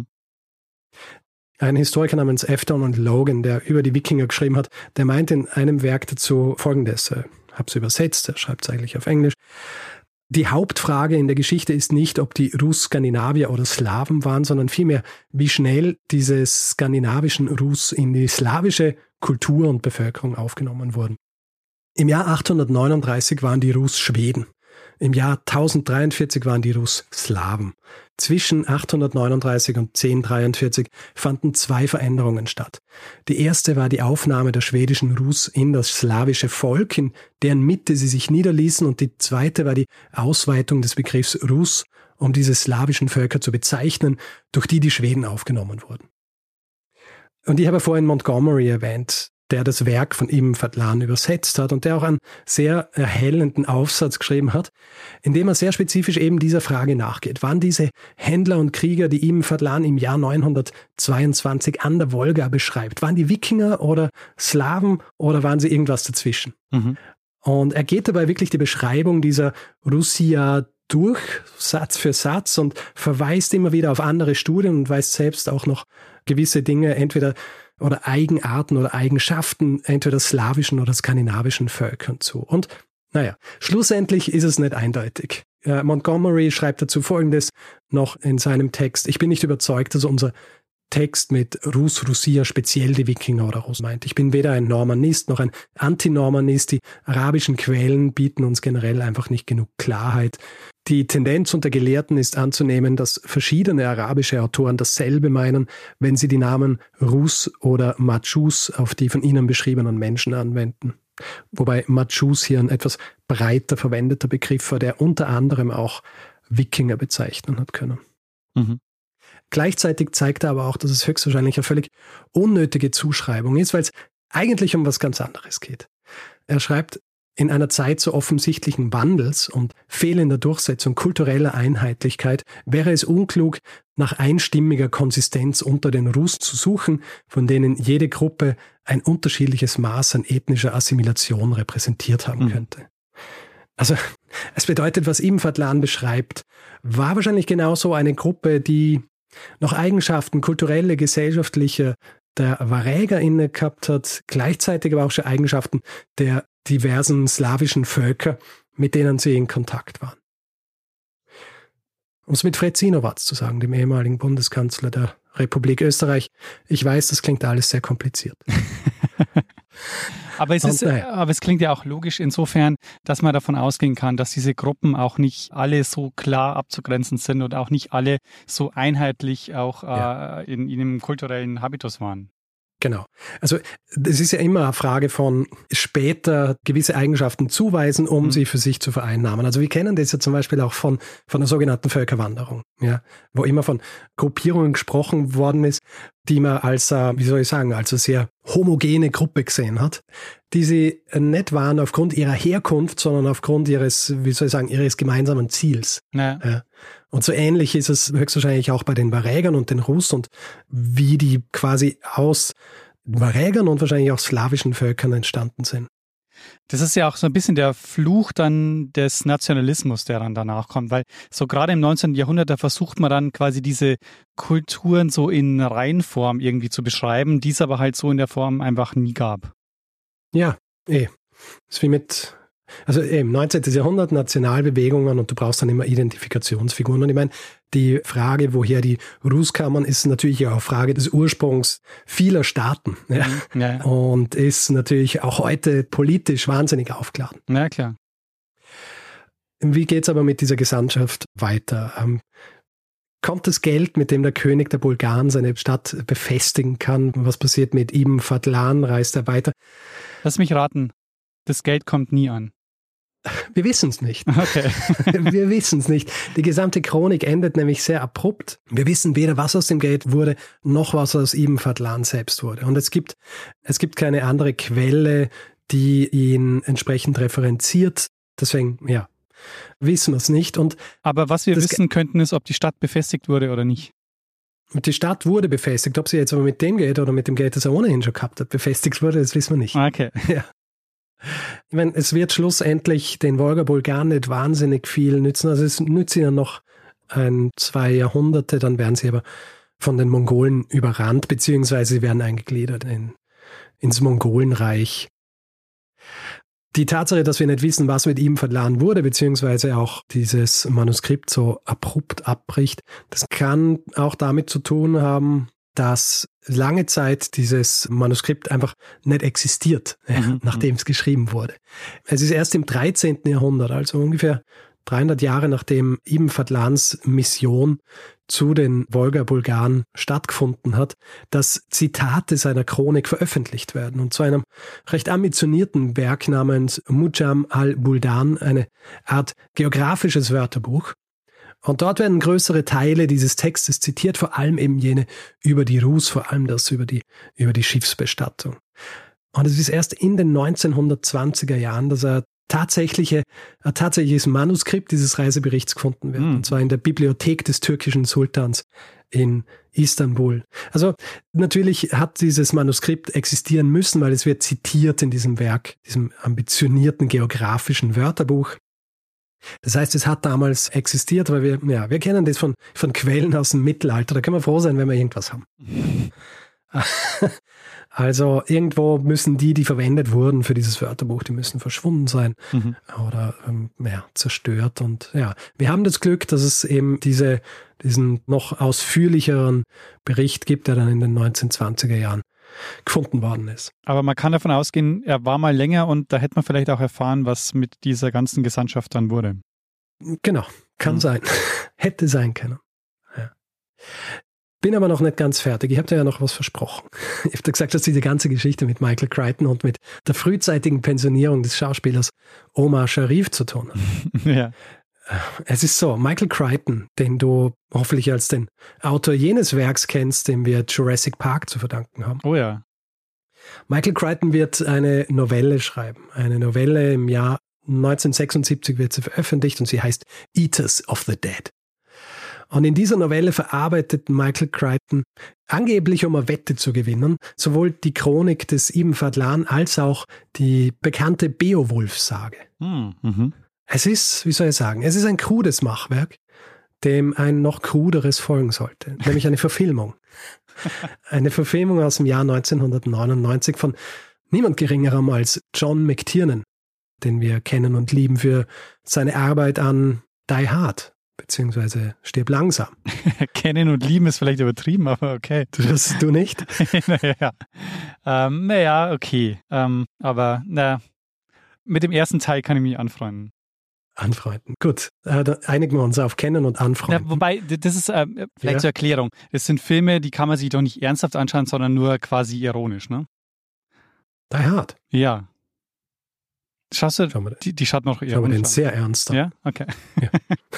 Ein Historiker namens Afton und Logan, der über die Wikinger geschrieben hat, der meint in einem Werk dazu Folgendes, ich habe es übersetzt, er schreibt es eigentlich auf Englisch: Die Hauptfrage in der Geschichte ist nicht, ob die Rus Skandinavier oder Slawen waren, sondern vielmehr, wie schnell diese skandinavischen Rus in die slawische Kultur und Bevölkerung aufgenommen wurden. Im Jahr achthundertneununddreißig waren die Rus Schweden. Im Jahr tausenddreiundvierzig waren die Rus Slawen. Zwischen achthundertneununddreißig und zehnhundertdreiundvierzig fanden zwei Veränderungen statt. Die erste war die Aufnahme der schwedischen Rus in das slawische Volk, in deren Mitte sie sich niederließen, und die zweite war die Ausweitung des Begriffs Rus, um diese slawischen Völker zu bezeichnen, durch die die Schweden aufgenommen wurden. Und ich habe vorhin Montgomery erwähnt, der das Werk von Ibn Fadlan übersetzt hat und der auch einen sehr erhellenden Aufsatz geschrieben hat, in dem er sehr spezifisch eben dieser Frage nachgeht. Waren diese Händler und Krieger, die Ibn Fadlan im Jahr neunhundertzweiundzwanzig an der Wolga beschreibt, waren die Wikinger oder Slawen oder waren sie irgendwas dazwischen? Mhm. Und er geht dabei wirklich die Beschreibung dieser Russia durch, Satz für Satz, und verweist immer wieder auf andere Studien und weist selbst auch noch gewisse Dinge entweder oder Eigenarten oder Eigenschaften entweder slawischen oder skandinavischen Völkern zu. Und naja, schlussendlich ist es nicht eindeutig. Äh, Montgomery schreibt dazu Folgendes noch in seinem Text: Ich bin nicht überzeugt, dass unser Text mit Rus, Russia speziell die Wikinger oder Rus meint. Ich bin weder ein Normanist noch ein Antinormanist. Die arabischen Quellen bieten uns generell einfach nicht genug Klarheit. Die Tendenz unter Gelehrten ist anzunehmen, dass verschiedene arabische Autoren dasselbe meinen, wenn sie die Namen Rus oder Madschus auf die von ihnen beschriebenen Menschen anwenden. Wobei Madschus hier ein etwas breiter verwendeter Begriff war, der unter anderem auch Wikinger bezeichnen hat können. Mhm. Gleichzeitig zeigt er aber auch, dass es höchstwahrscheinlich eine völlig unnötige Zuschreibung ist, weil es eigentlich um was ganz anderes geht. Er schreibt: In einer Zeit so offensichtlichen Wandels und fehlender Durchsetzung kultureller Einheitlichkeit wäre es unklug, nach einstimmiger Konsistenz unter den Rus zu suchen, von denen jede Gruppe ein unterschiedliches Maß an ethnischer Assimilation repräsentiert haben mhm. könnte. Also es bedeutet, was Ibn Fadlan beschreibt, war wahrscheinlich genauso eine Gruppe, die noch Eigenschaften kulturelle, gesellschaftliche der Varäger inne gehabt hat, gleichzeitig aber auch schon Eigenschaften der diversen slawischen Völker, mit denen sie in Kontakt waren. Um es mit Fred Sinowatz zu sagen, dem ehemaligen Bundeskanzler der Republik Österreich: Ich weiß, das klingt alles sehr kompliziert. Aber es, ist, aber es klingt ja auch logisch insofern, dass man davon ausgehen kann, dass diese Gruppen auch nicht alle so klar abzugrenzen sind und auch nicht alle so einheitlich auch ja. äh, in, in einem kulturellen Habitus waren. Genau. Also es ist ja immer eine Frage von später gewisse Eigenschaften zuweisen, um mhm. sie für sich zu vereinnahmen. Also wir kennen das ja zum Beispiel auch von, von der sogenannten Völkerwanderung, ja, wo immer von Gruppierungen gesprochen worden ist, die man als, wie soll ich sagen, als eine sehr homogene Gruppe gesehen hat, die sie nicht waren aufgrund ihrer Herkunft, sondern aufgrund ihres, wie soll ich sagen, ihres gemeinsamen Ziels. Ja. Ja. Und so ähnlich ist es höchstwahrscheinlich auch bei den Varägern und den Rus und wie die quasi aus Varägern und wahrscheinlich auch slawischen Völkern entstanden sind. Das ist ja auch so ein bisschen der Fluch dann des Nationalismus, der dann danach kommt, weil so gerade im neunzehnten Jahrhundert, da versucht man dann quasi diese Kulturen so in Reihenform irgendwie zu beschreiben, die es aber halt so in der Form einfach nie gab. Ja, eh. Das ist wie mit, also eben neunzehnten Jahrhundert, Nationalbewegungen, und du brauchst dann immer Identifikationsfiguren. Und ich meine, die Frage, woher die Rus kamen, ist natürlich auch Frage des Ursprungs vieler Staaten. Ja? Ja, ja. Und ist natürlich auch heute politisch wahnsinnig aufgeladen. Ja, klar. Wie geht's aber mit dieser Gesandtschaft weiter? Ähm, kommt das Geld, mit dem der König der Bulgaren seine Stadt befestigen kann? Was passiert mit Ibn Fadlan? Reist er weiter? Lass mich raten. Das Geld kommt nie an. Wir wissen es nicht. Okay. Wir wissen es nicht. Die gesamte Chronik endet nämlich sehr abrupt. Wir wissen weder, was aus dem Geld wurde, noch was aus Ibn Fadlan selbst wurde. Und es gibt, es gibt keine andere Quelle, die ihn entsprechend referenziert. Deswegen, ja, wissen wir es nicht. Und aber was wir wissen könnten, ist, ob die Stadt befestigt wurde oder nicht. Die Stadt wurde befestigt. Ob sie jetzt aber mit dem Geld oder mit dem Geld, das er ohnehin schon gehabt hat, befestigt wurde, das wissen wir nicht. Okay. Ja. Ich meine, es wird schlussendlich den Wolga-Bulgaren nicht wahnsinnig viel nützen. Also es nützt ihnen noch ein, zwei Jahrhunderte, dann werden sie aber von den Mongolen überrannt, beziehungsweise sie werden eingegliedert in, ins Mongolenreich. Die Tatsache, dass wir nicht wissen, was mit ihm Fadlan wurde, beziehungsweise auch dieses Manuskript so abrupt abbricht, das kann auch damit zu tun haben, dass lange Zeit dieses Manuskript einfach nicht existiert, mhm. nachdem es geschrieben wurde. Es ist erst im dreizehnten Jahrhundert, also ungefähr dreihundert Jahre nachdem Ibn Fadlans Mission zu den Wolga-Bulgaren stattgefunden hat, dass Zitate seiner Chronik veröffentlicht werden. Und zu einem recht ambitionierten Werk namens Mujam al-Buldan, eine Art geografisches Wörterbuch. Und dort werden größere Teile dieses Textes zitiert, vor allem eben jene über die Rus, vor allem das über die, über die Schiffsbestattung. Und es ist erst in den neunzehnhundertzwanziger Jahren, dass er tatsächliche, ein tatsächliches Manuskript dieses Reiseberichts gefunden wird. Mhm. Und zwar in der Bibliothek des türkischen Sultans in Istanbul. Also natürlich hat dieses Manuskript existieren müssen, weil es wird zitiert in diesem Werk, diesem ambitionierten geografischen Wörterbuch. Das heißt, es hat damals existiert, weil wir, ja, wir kennen das von, von Quellen aus dem Mittelalter. Da können wir froh sein, wenn wir irgendwas haben. Also irgendwo müssen die, die verwendet wurden für dieses Wörterbuch, die müssen verschwunden sein mhm. oder ähm, ja, zerstört. Und ja, wir haben das Glück, dass es eben diese, diesen noch ausführlicheren Bericht gibt, der dann in den neunzehnhundertzwanziger Jahren gefunden worden ist. Aber man kann davon ausgehen, er war mal länger und da hätte man vielleicht auch erfahren, was mit dieser ganzen Gesandtschaft dann wurde. Genau, kann mhm. sein. Hätte sein können. Ja. Bin aber noch nicht ganz fertig. Ich habe dir ja noch was versprochen. Ich habe dir gesagt, dass diese ganze Geschichte mit Michael Crichton und mit der frühzeitigen Pensionierung des Schauspielers Omar Sharif zu tun hat. Ja. Es ist so, Michael Crichton, den du hoffentlich als den Autor jenes Werks kennst, dem wir Jurassic Park zu verdanken haben. Oh ja. Michael Crichton wird eine Novelle schreiben. Eine Novelle im Jahr neunzehnhundertsechsundsiebzig wird sie veröffentlicht und sie heißt Eaters of the Dead. Und in dieser Novelle verarbeitet Michael Crichton, angeblich um eine Wette zu gewinnen, sowohl die Chronik des Ibn Fadlan als auch die bekannte Beowulf-Sage. Mhm. Es ist, wie soll ich sagen, es ist ein krudes Machwerk, dem ein noch kruderes folgen sollte, nämlich eine Verfilmung. Eine Verfilmung aus dem Jahr neunzehnhundertneunundneunzig von niemand geringerem als John McTiernan, den wir kennen und lieben für seine Arbeit an Die Hard. Beziehungsweise Stirb langsam. Kennen und lieben ist vielleicht übertrieben, aber okay. Du das du nicht? naja. Ähm, naja, okay. Ähm, aber na, mit dem ersten Teil kann ich mich anfreunden. Anfreunden. Gut, äh, da einigen wir uns auf Kennen und Anfreunden. Ja, wobei, das ist äh, vielleicht ja. zur Erklärung. Das sind Filme, die kann man sich doch nicht ernsthaft anschauen, sondern nur quasi ironisch, ne? Die Hard. Ja. Schaust du, Schauen wir, die, die schaut noch ironisch schauen wir den an. sehr ernst an. Ja, okay. Ja.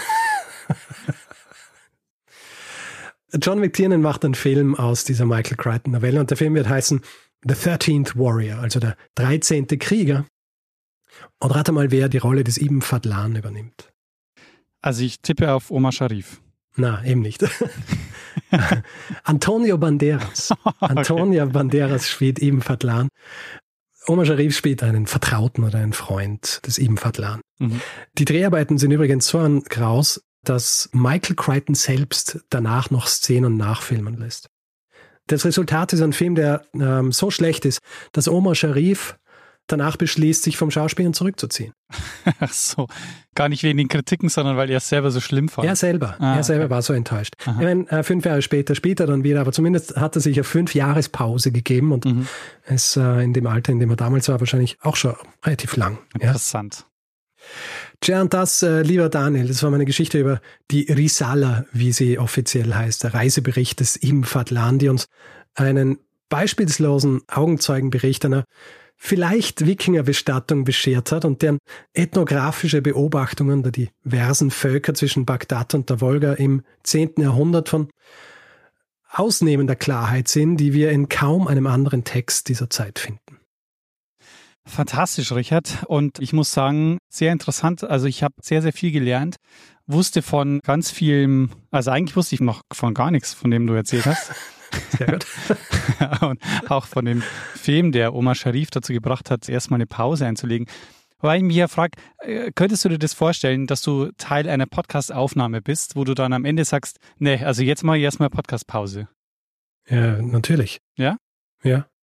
John McTiernan macht einen Film aus dieser Michael Crichton Novelle und der Film wird heißen The thirteenth Warrior, also der dreizehnte Krieger. Und rate mal, wer die Rolle des Ibn Fadlan übernimmt. Also ich tippe auf Omar Sharif. Na, eben nicht. Antonio Banderas. Antonio okay. Banderas spielt Ibn Fadlan. Omar Sharif spielt einen Vertrauten oder einen Freund des Ibn Fadlan. Mhm. Die Dreharbeiten sind übrigens so ein Graus, dass Michael Crichton selbst danach noch Szenen nachfilmen lässt. Das Resultat ist ein Film, der ähm, so schlecht ist, dass Omar Sharif danach beschließt, sich vom Schauspielen zurückzuziehen. Ach so, gar nicht wegen den Kritiken, sondern weil er es selber so schlimm fand. Er selber, ah, er selber okay. war so enttäuscht. Aha. Ich meine, äh, fünf Jahre später spielt er dann wieder, aber zumindest hat er sich eine Fünf-Jahres-Pause gegeben und mhm. ist äh, in dem Alter, in dem er damals war, wahrscheinlich auch schon relativ lang. Interessant. Ja. Tja, und das, äh, lieber Daniel, das war meine Geschichte über die Risala, wie sie offiziell heißt, der Reisebericht des Ibn Fadlan, die uns einen beispielslosen Augenzeugenbericht einer vielleicht Wikingerbestattung beschert hat und deren ethnografische Beobachtungen der diversen Völker zwischen Bagdad und der Wolga im zehnten Jahrhundert von ausnehmender Klarheit sind, die wir in kaum einem anderen Text dieser Zeit finden. Fantastisch, Richard. Und ich muss sagen, sehr interessant. Also ich habe sehr, sehr viel gelernt, wusste von ganz vielem, also eigentlich wusste ich noch von gar nichts, von dem du erzählt hast. Sehr gut. Und auch von dem Film, der Omar Sharif dazu gebracht hat, erstmal eine Pause einzulegen. Wobei ich mich ja frage, könntest du dir das vorstellen, dass du Teil einer Podcast-Aufnahme bist, wo du dann am Ende sagst, nee, also jetzt mache ich erstmal Podcast-Pause? Ja, natürlich. Ja? Ja.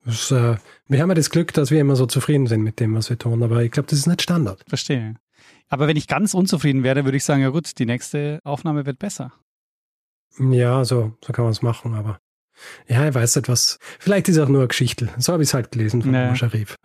Das, äh, wir haben ja das Glück, dass wir immer so zufrieden sind mit dem, was wir tun, aber ich glaube, das ist nicht Standard. Verstehe. Aber wenn ich ganz unzufrieden wäre, würde ich sagen, ja gut, die nächste Aufnahme wird besser. Ja, so, so kann man es machen, aber ja, ich weiß nicht was. Vielleicht ist es auch nur eine Geschichte. So habe ich es halt gelesen von naja. Sharif.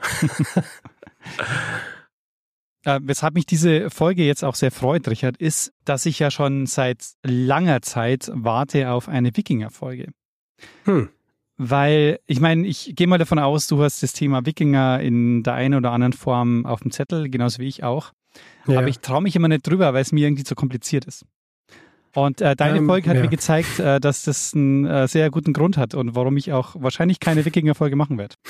äh, weshalb mich diese Folge jetzt auch sehr freut, Richard, ist, dass ich ja schon seit langer Zeit warte auf eine Wikinger-Folge. Hm. Weil, ich meine, ich gehe mal davon aus, du hast das Thema Wikinger in der einen oder anderen Form auf dem Zettel, genauso wie ich auch. Ja. Aber ich traue mich immer nicht drüber, weil es mir irgendwie zu kompliziert ist. Und äh, deine ähm, Folge hat ja. mir gezeigt, äh, dass das einen äh, sehr guten Grund hat und warum ich auch wahrscheinlich keine Wikinger-Folge machen werde.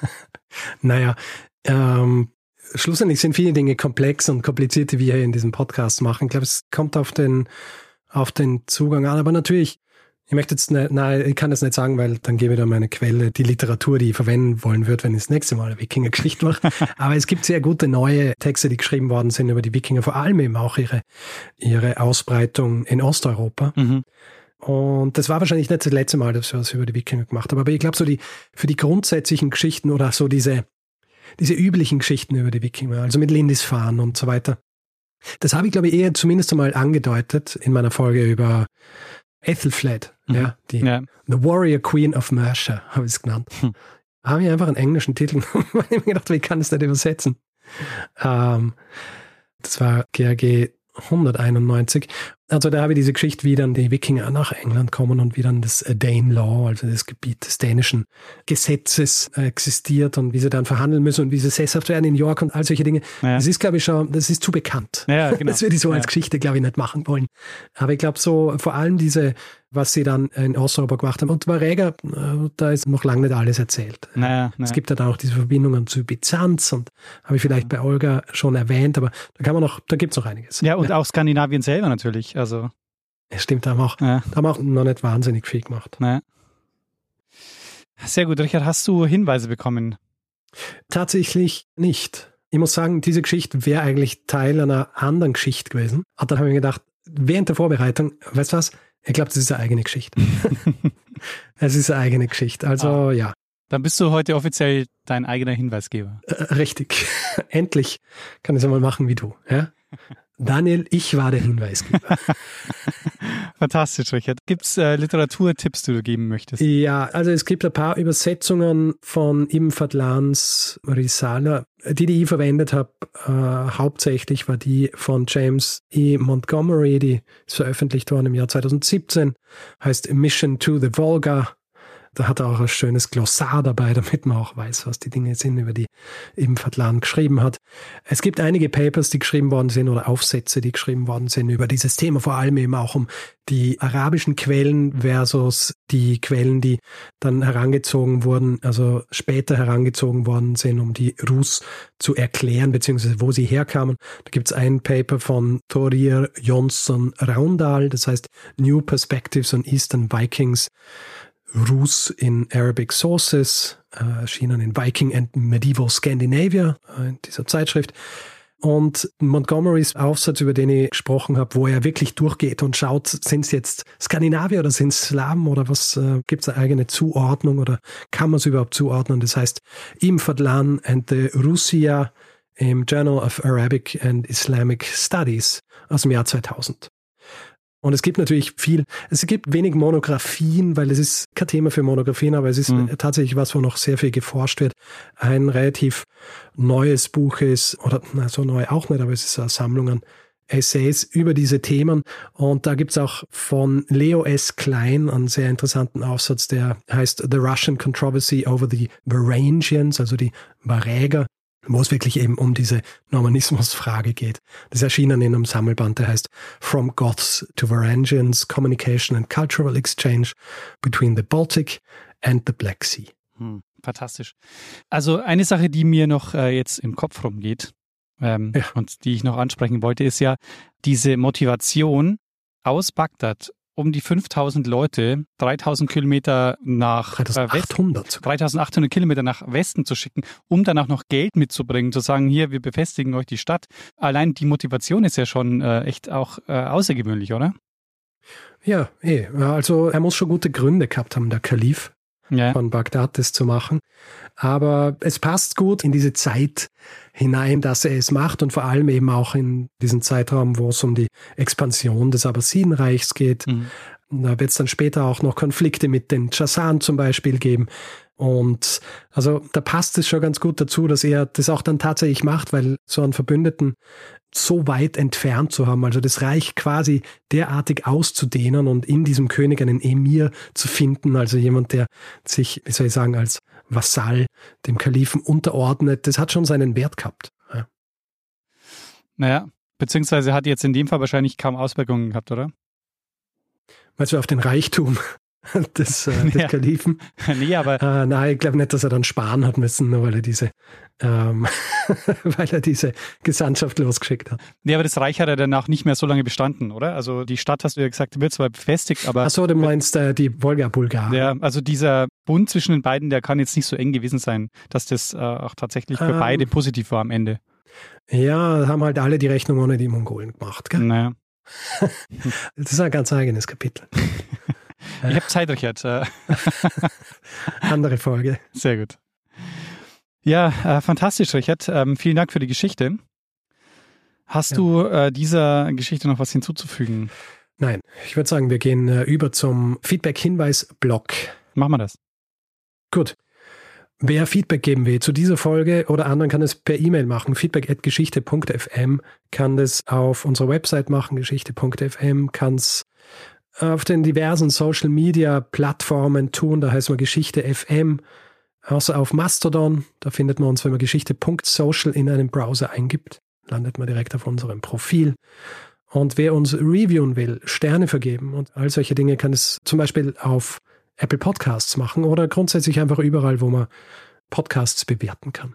Naja, ähm, schlussendlich sind viele Dinge komplex und kompliziert, die wir hier in diesem Podcast machen. Ich glaube, es kommt auf den, auf den Zugang an. Aber natürlich, ich möchte jetzt, ne, nein, ich kann das nicht sagen, weil dann gebe ich da meine Quelle, die Literatur, die ich verwenden wollen wird, wenn ich das nächste Mal eine Wikinger-Geschichte mache. Aber es gibt sehr gute neue Texte, die geschrieben worden sind über die Wikinger, vor allem eben auch ihre, ihre Ausbreitung in Osteuropa. Mhm. Und das war wahrscheinlich nicht das letzte Mal, dass wir was über die Wikinger gemacht haben. Aber ich glaube, so die, für die grundsätzlichen Geschichten oder so diese, diese üblichen Geschichten über die Wikinger, also mit Lindisfarne und so weiter, das habe ich, glaube ich, eher zumindest einmal angedeutet in meiner Folge über Ethelflaed, mhm. ja, die ja. The Warrior Queen of Mercia, habe ich es genannt. Hm. Habe ich einfach einen englischen Titel genommen, weil ich mir gedacht, wie kann ich das nicht übersetzen? Ähm, das war G R G hunderteinundneunzig. Also da habe ich diese Geschichte, wie dann die Wikinger nach England kommen und wie dann das Dane Law, also das Gebiet des dänischen Gesetzes existiert und wie sie dann verhandeln müssen und wie sie sesshaft werden in York und all solche Dinge. Ja. Das ist, glaube ich, schon, das ist zu bekannt. Ja, genau. Das würde ich so ja. als Geschichte, glaube ich, nicht machen wollen. Aber ich glaube so, vor allem diese, was sie dann in Osteuropa gemacht haben. Und bei Reger, da ist noch lange nicht alles erzählt. Naja, naja. Es gibt ja dann auch diese Verbindungen zu Byzanz und habe ich vielleicht bei Olga schon erwähnt, aber da kann man noch, da gibt es noch einiges. Ja, und ja. auch Skandinavien selber natürlich. Also. Ja, stimmt, da haben wir auch, ja. da haben wir auch noch nicht wahnsinnig viel gemacht. Naja. Sehr gut, Richard, hast du Hinweise bekommen? Tatsächlich nicht. Ich muss sagen, diese Geschichte wäre eigentlich Teil einer anderen Geschichte gewesen. Und dann habe ich mir gedacht, während der Vorbereitung, weißt du was, ich glaube, das ist eine eigene Geschichte. Es ist eine eigene Geschichte, also ah. ja. Dann bist du heute offiziell dein eigener Hinweisgeber. Äh, richtig. Endlich kann ich es einmal machen wie du. Ja? Daniel, ich war der Hinweisgeber. Fantastisch, Richard. Gibt es äh, Literaturtipps, die du geben möchtest? Ja, also es gibt ein paar Übersetzungen von Ibn Fadlans Risala. Die, die ich verwendet habe, äh, hauptsächlich war die von James E. Montgomery, die ist veröffentlicht worden im Jahr zweitausendsiebzehn, heißt Mission to the Volga. Da hat er auch ein schönes Glossar dabei, damit man auch weiß, was die Dinge sind, über die Ibn Fadlan geschrieben hat. Es gibt einige Papers, die geschrieben worden sind oder Aufsätze, die geschrieben worden sind über dieses Thema, vor allem eben auch um die arabischen Quellen versus die Quellen, die dann herangezogen wurden, also später herangezogen worden sind, um die Rus zu erklären, beziehungsweise wo sie herkamen. Da gibt es ein Paper von Thorir Jonsson Raundal, das heißt New Perspectives on Eastern Vikings, Rus in Arabic Sources, äh, erschienen in Viking and Medieval Scandinavia, äh, in dieser Zeitschrift. Und Montgomerys Aufsatz, über den ich gesprochen habe, wo er wirklich durchgeht und schaut, sind es jetzt Skandinavier oder sind es Slawen oder was, äh, gibt es eine eigene Zuordnung oder kann man es überhaupt zuordnen? Das heißt, Ibn Fadlan and the Russia im Journal of Arabic and Islamic Studies aus dem Jahr zweitausend. Und es gibt natürlich viel, es gibt wenig Monographien, weil es ist kein Thema für Monographien, aber es ist mhm. tatsächlich was, wo noch sehr viel geforscht wird. Ein relativ neues Buch ist, oder na, so neu auch nicht, aber es ist eine Sammlung an Essays über diese Themen. Und da gibt's auch von Leo S. Klein einen sehr interessanten Aufsatz, der heißt The Russian Controversy over the Varangians, also die Varäger, wo es wirklich eben um diese Normanismusfrage geht. Das ist erschienen in einem Sammelband, der heißt From Goths to Varangians, Communication and Cultural Exchange between the Baltic and the Black Sea. Hm, fantastisch. Also eine Sache, die mir noch äh, jetzt im Kopf rumgeht ähm, ja. und die ich noch ansprechen wollte, ist ja diese Motivation aus Bagdad, um die fünftausend Leute dreitausend Kilometer nach dreitausendachthundert, äh, dreitausendachthundert Kilometer nach Westen zu schicken, um dann auch noch Geld mitzubringen, zu sagen, hier, wir befestigen euch die Stadt. Allein die Motivation ist ja schon äh, echt auch äh, außergewöhnlich, oder? Ja, eh. Also er muss schon gute Gründe gehabt haben, der Kalif. ja. von Bagdad das zu machen. Aber es passt gut in diese Zeit hinein, dass er es macht und vor allem eben auch in diesen Zeitraum, wo es um die Expansion des Abbasidenreichs geht. Mhm. Da wird es dann später auch noch Konflikte mit den Chasan zum Beispiel geben. Und also da passt es schon ganz gut dazu, dass er das auch dann tatsächlich macht, weil so einen Verbündeten so weit entfernt zu haben, also das Reich quasi derartig auszudehnen und in diesem König einen Emir zu finden, also jemand, der sich, wie soll ich sagen, als Vasall dem Kalifen unterordnet, das hat schon seinen Wert gehabt. Ja. Naja, beziehungsweise hat jetzt in dem Fall wahrscheinlich kaum Auswirkungen gehabt, oder? Meinst du auf den Reichtum des, äh, des ja. Kalifen? Nee, aber äh, nein, ich glaube nicht, dass er dann sparen hat müssen, nur weil er diese ähm, weil er diese Gesandtschaft losgeschickt hat. Nee, aber das Reich hat ja danach nicht mehr so lange bestanden, oder? Also die Stadt, hast du ja gesagt, wird zwar befestigt, aber... Ach so, du meinst äh, die Wolga-Bulgaren. Ja, also dieser Bund zwischen den beiden, der kann jetzt nicht so eng gewesen sein, dass das äh, auch tatsächlich für ähm, beide positiv war am Ende. Ja, haben halt alle die Rechnung ohne die Mongolen gemacht, gell? Naja. Das ist ein ganz eigenes Kapitel. Ich habe Zeit, Richard. Andere Folge. Sehr gut. Ja, äh, fantastisch, Richard. Ähm, vielen Dank für die Geschichte. Hast ja. du äh, dieser Geschichte noch was hinzuzufügen? Nein, ich würde sagen, wir gehen äh, über zum Feedback-Hinweis-Blog. Machen wir das. Gut. Wer Feedback geben will zu dieser Folge oder anderen, kann es per E-Mail machen. feedback at geschichte punkt f m, kann das auf unserer Website machen, geschichte punkt f m, kann es auf den diversen Social-Media-Plattformen tun, da heißt man Geschichte F M, außer auf Mastodon, da findet man uns, wenn man geschichte punkt social in einem Browser eingibt, landet man direkt auf unserem Profil. Und wer uns reviewen will, Sterne vergeben und all solche Dinge, kann es zum Beispiel auf Apple Podcasts machen oder grundsätzlich einfach überall, wo man Podcasts bewerten kann.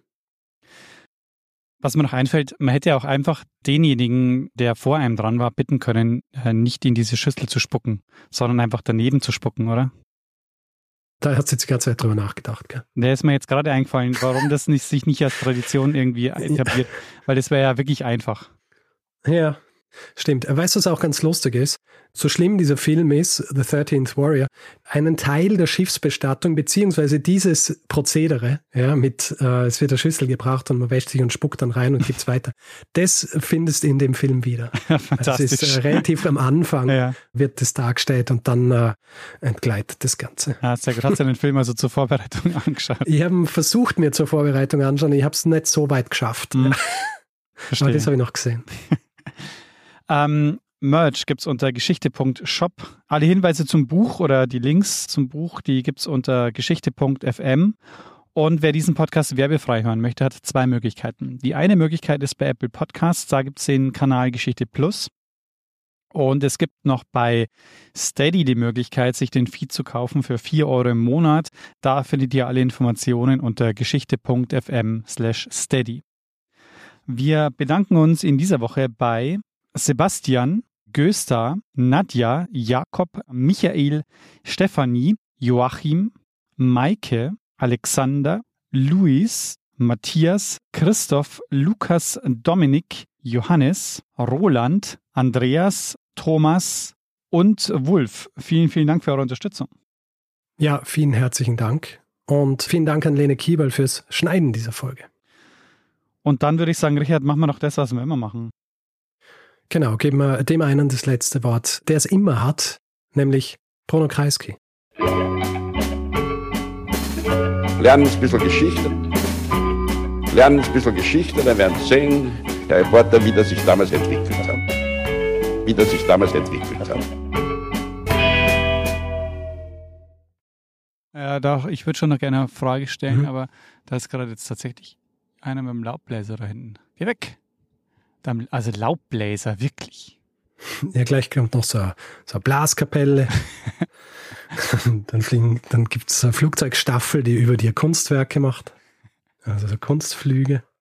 Was mir noch einfällt, man hätte ja auch einfach denjenigen, der vor einem dran war, bitten können, nicht in diese Schüssel zu spucken, sondern einfach daneben zu spucken, oder? Da hat sie jetzt die ganze Zeit drüber nachgedacht, gell? Der ist mir jetzt gerade eingefallen, warum das nicht, sich nicht als Tradition irgendwie etabliert, weil das wäre ja wirklich einfach. Ja. Stimmt. Weißt du, was auch ganz lustig ist? So schlimm dieser Film ist, The thirteenth Warrior, einen Teil der Schiffsbestattung beziehungsweise dieses Prozedere, ja, mit äh, es wird eine Schüssel gebracht und man wäscht sich und spuckt dann rein und gibt's weiter. Das findest du in dem Film wieder. Fantastisch. Das ist äh, relativ am Anfang ja. wird das dargestellt und dann äh, entgleitet das Ganze. Ja, sehr gut. Hast du den Film also zur Vorbereitung angeschaut? Ich habe versucht, mir zur Vorbereitung anzuschauen. Ich habe es nicht so weit geschafft. Mhm. Aber das habe ich noch gesehen. Ähm, Merch gibt es unter geschichte punkt shop. Alle Hinweise zum Buch oder die Links zum Buch, die gibt es unter geschichte punkt f m. Und wer diesen Podcast werbefrei hören möchte, hat zwei Möglichkeiten. Die eine Möglichkeit ist bei Apple Podcasts, da gibt es den Kanal Geschichte Plus. Und es gibt noch bei Steady die Möglichkeit, sich den Feed zu kaufen für vier Euro im Monat. Da findet ihr alle Informationen unter geschichte punkt f m slash steady. Wir bedanken uns in dieser Woche bei Sebastian, Gösta, Nadja, Jakob, Michael, Stefanie, Joachim, Maike, Alexander, Luis, Matthias, Christoph, Lukas, Dominik, Johannes, Roland, Andreas, Thomas und Wulf. Vielen, vielen Dank für eure Unterstützung. Ja, vielen herzlichen Dank und vielen Dank an Lene Kiebel fürs Schneiden dieser Folge. Und dann würde ich sagen, Richard, machen wir doch das, was wir immer machen. Genau, geben wir dem einen das letzte Wort, der es immer hat, nämlich Bruno Kreisky. Lernen ein bisschen Geschichte. Lernen ein bisschen Geschichte, dann werden Sie sehen, der Reporter, wie das sich damals entwickelt hat. Wie das sich damals entwickelt hat. Ja, doch, ich würde schon noch gerne eine Frage stellen, mhm. aber da ist gerade jetzt tatsächlich einer mit dem Laubbläser da hinten. Geh weg! Also Laubbläser, wirklich. Ja, gleich kommt noch so eine, so eine Blaskapelle. dann fliegen, dann gibt es eine Flugzeugstaffel, die über dir Kunstwerke macht. Also so Kunstflüge.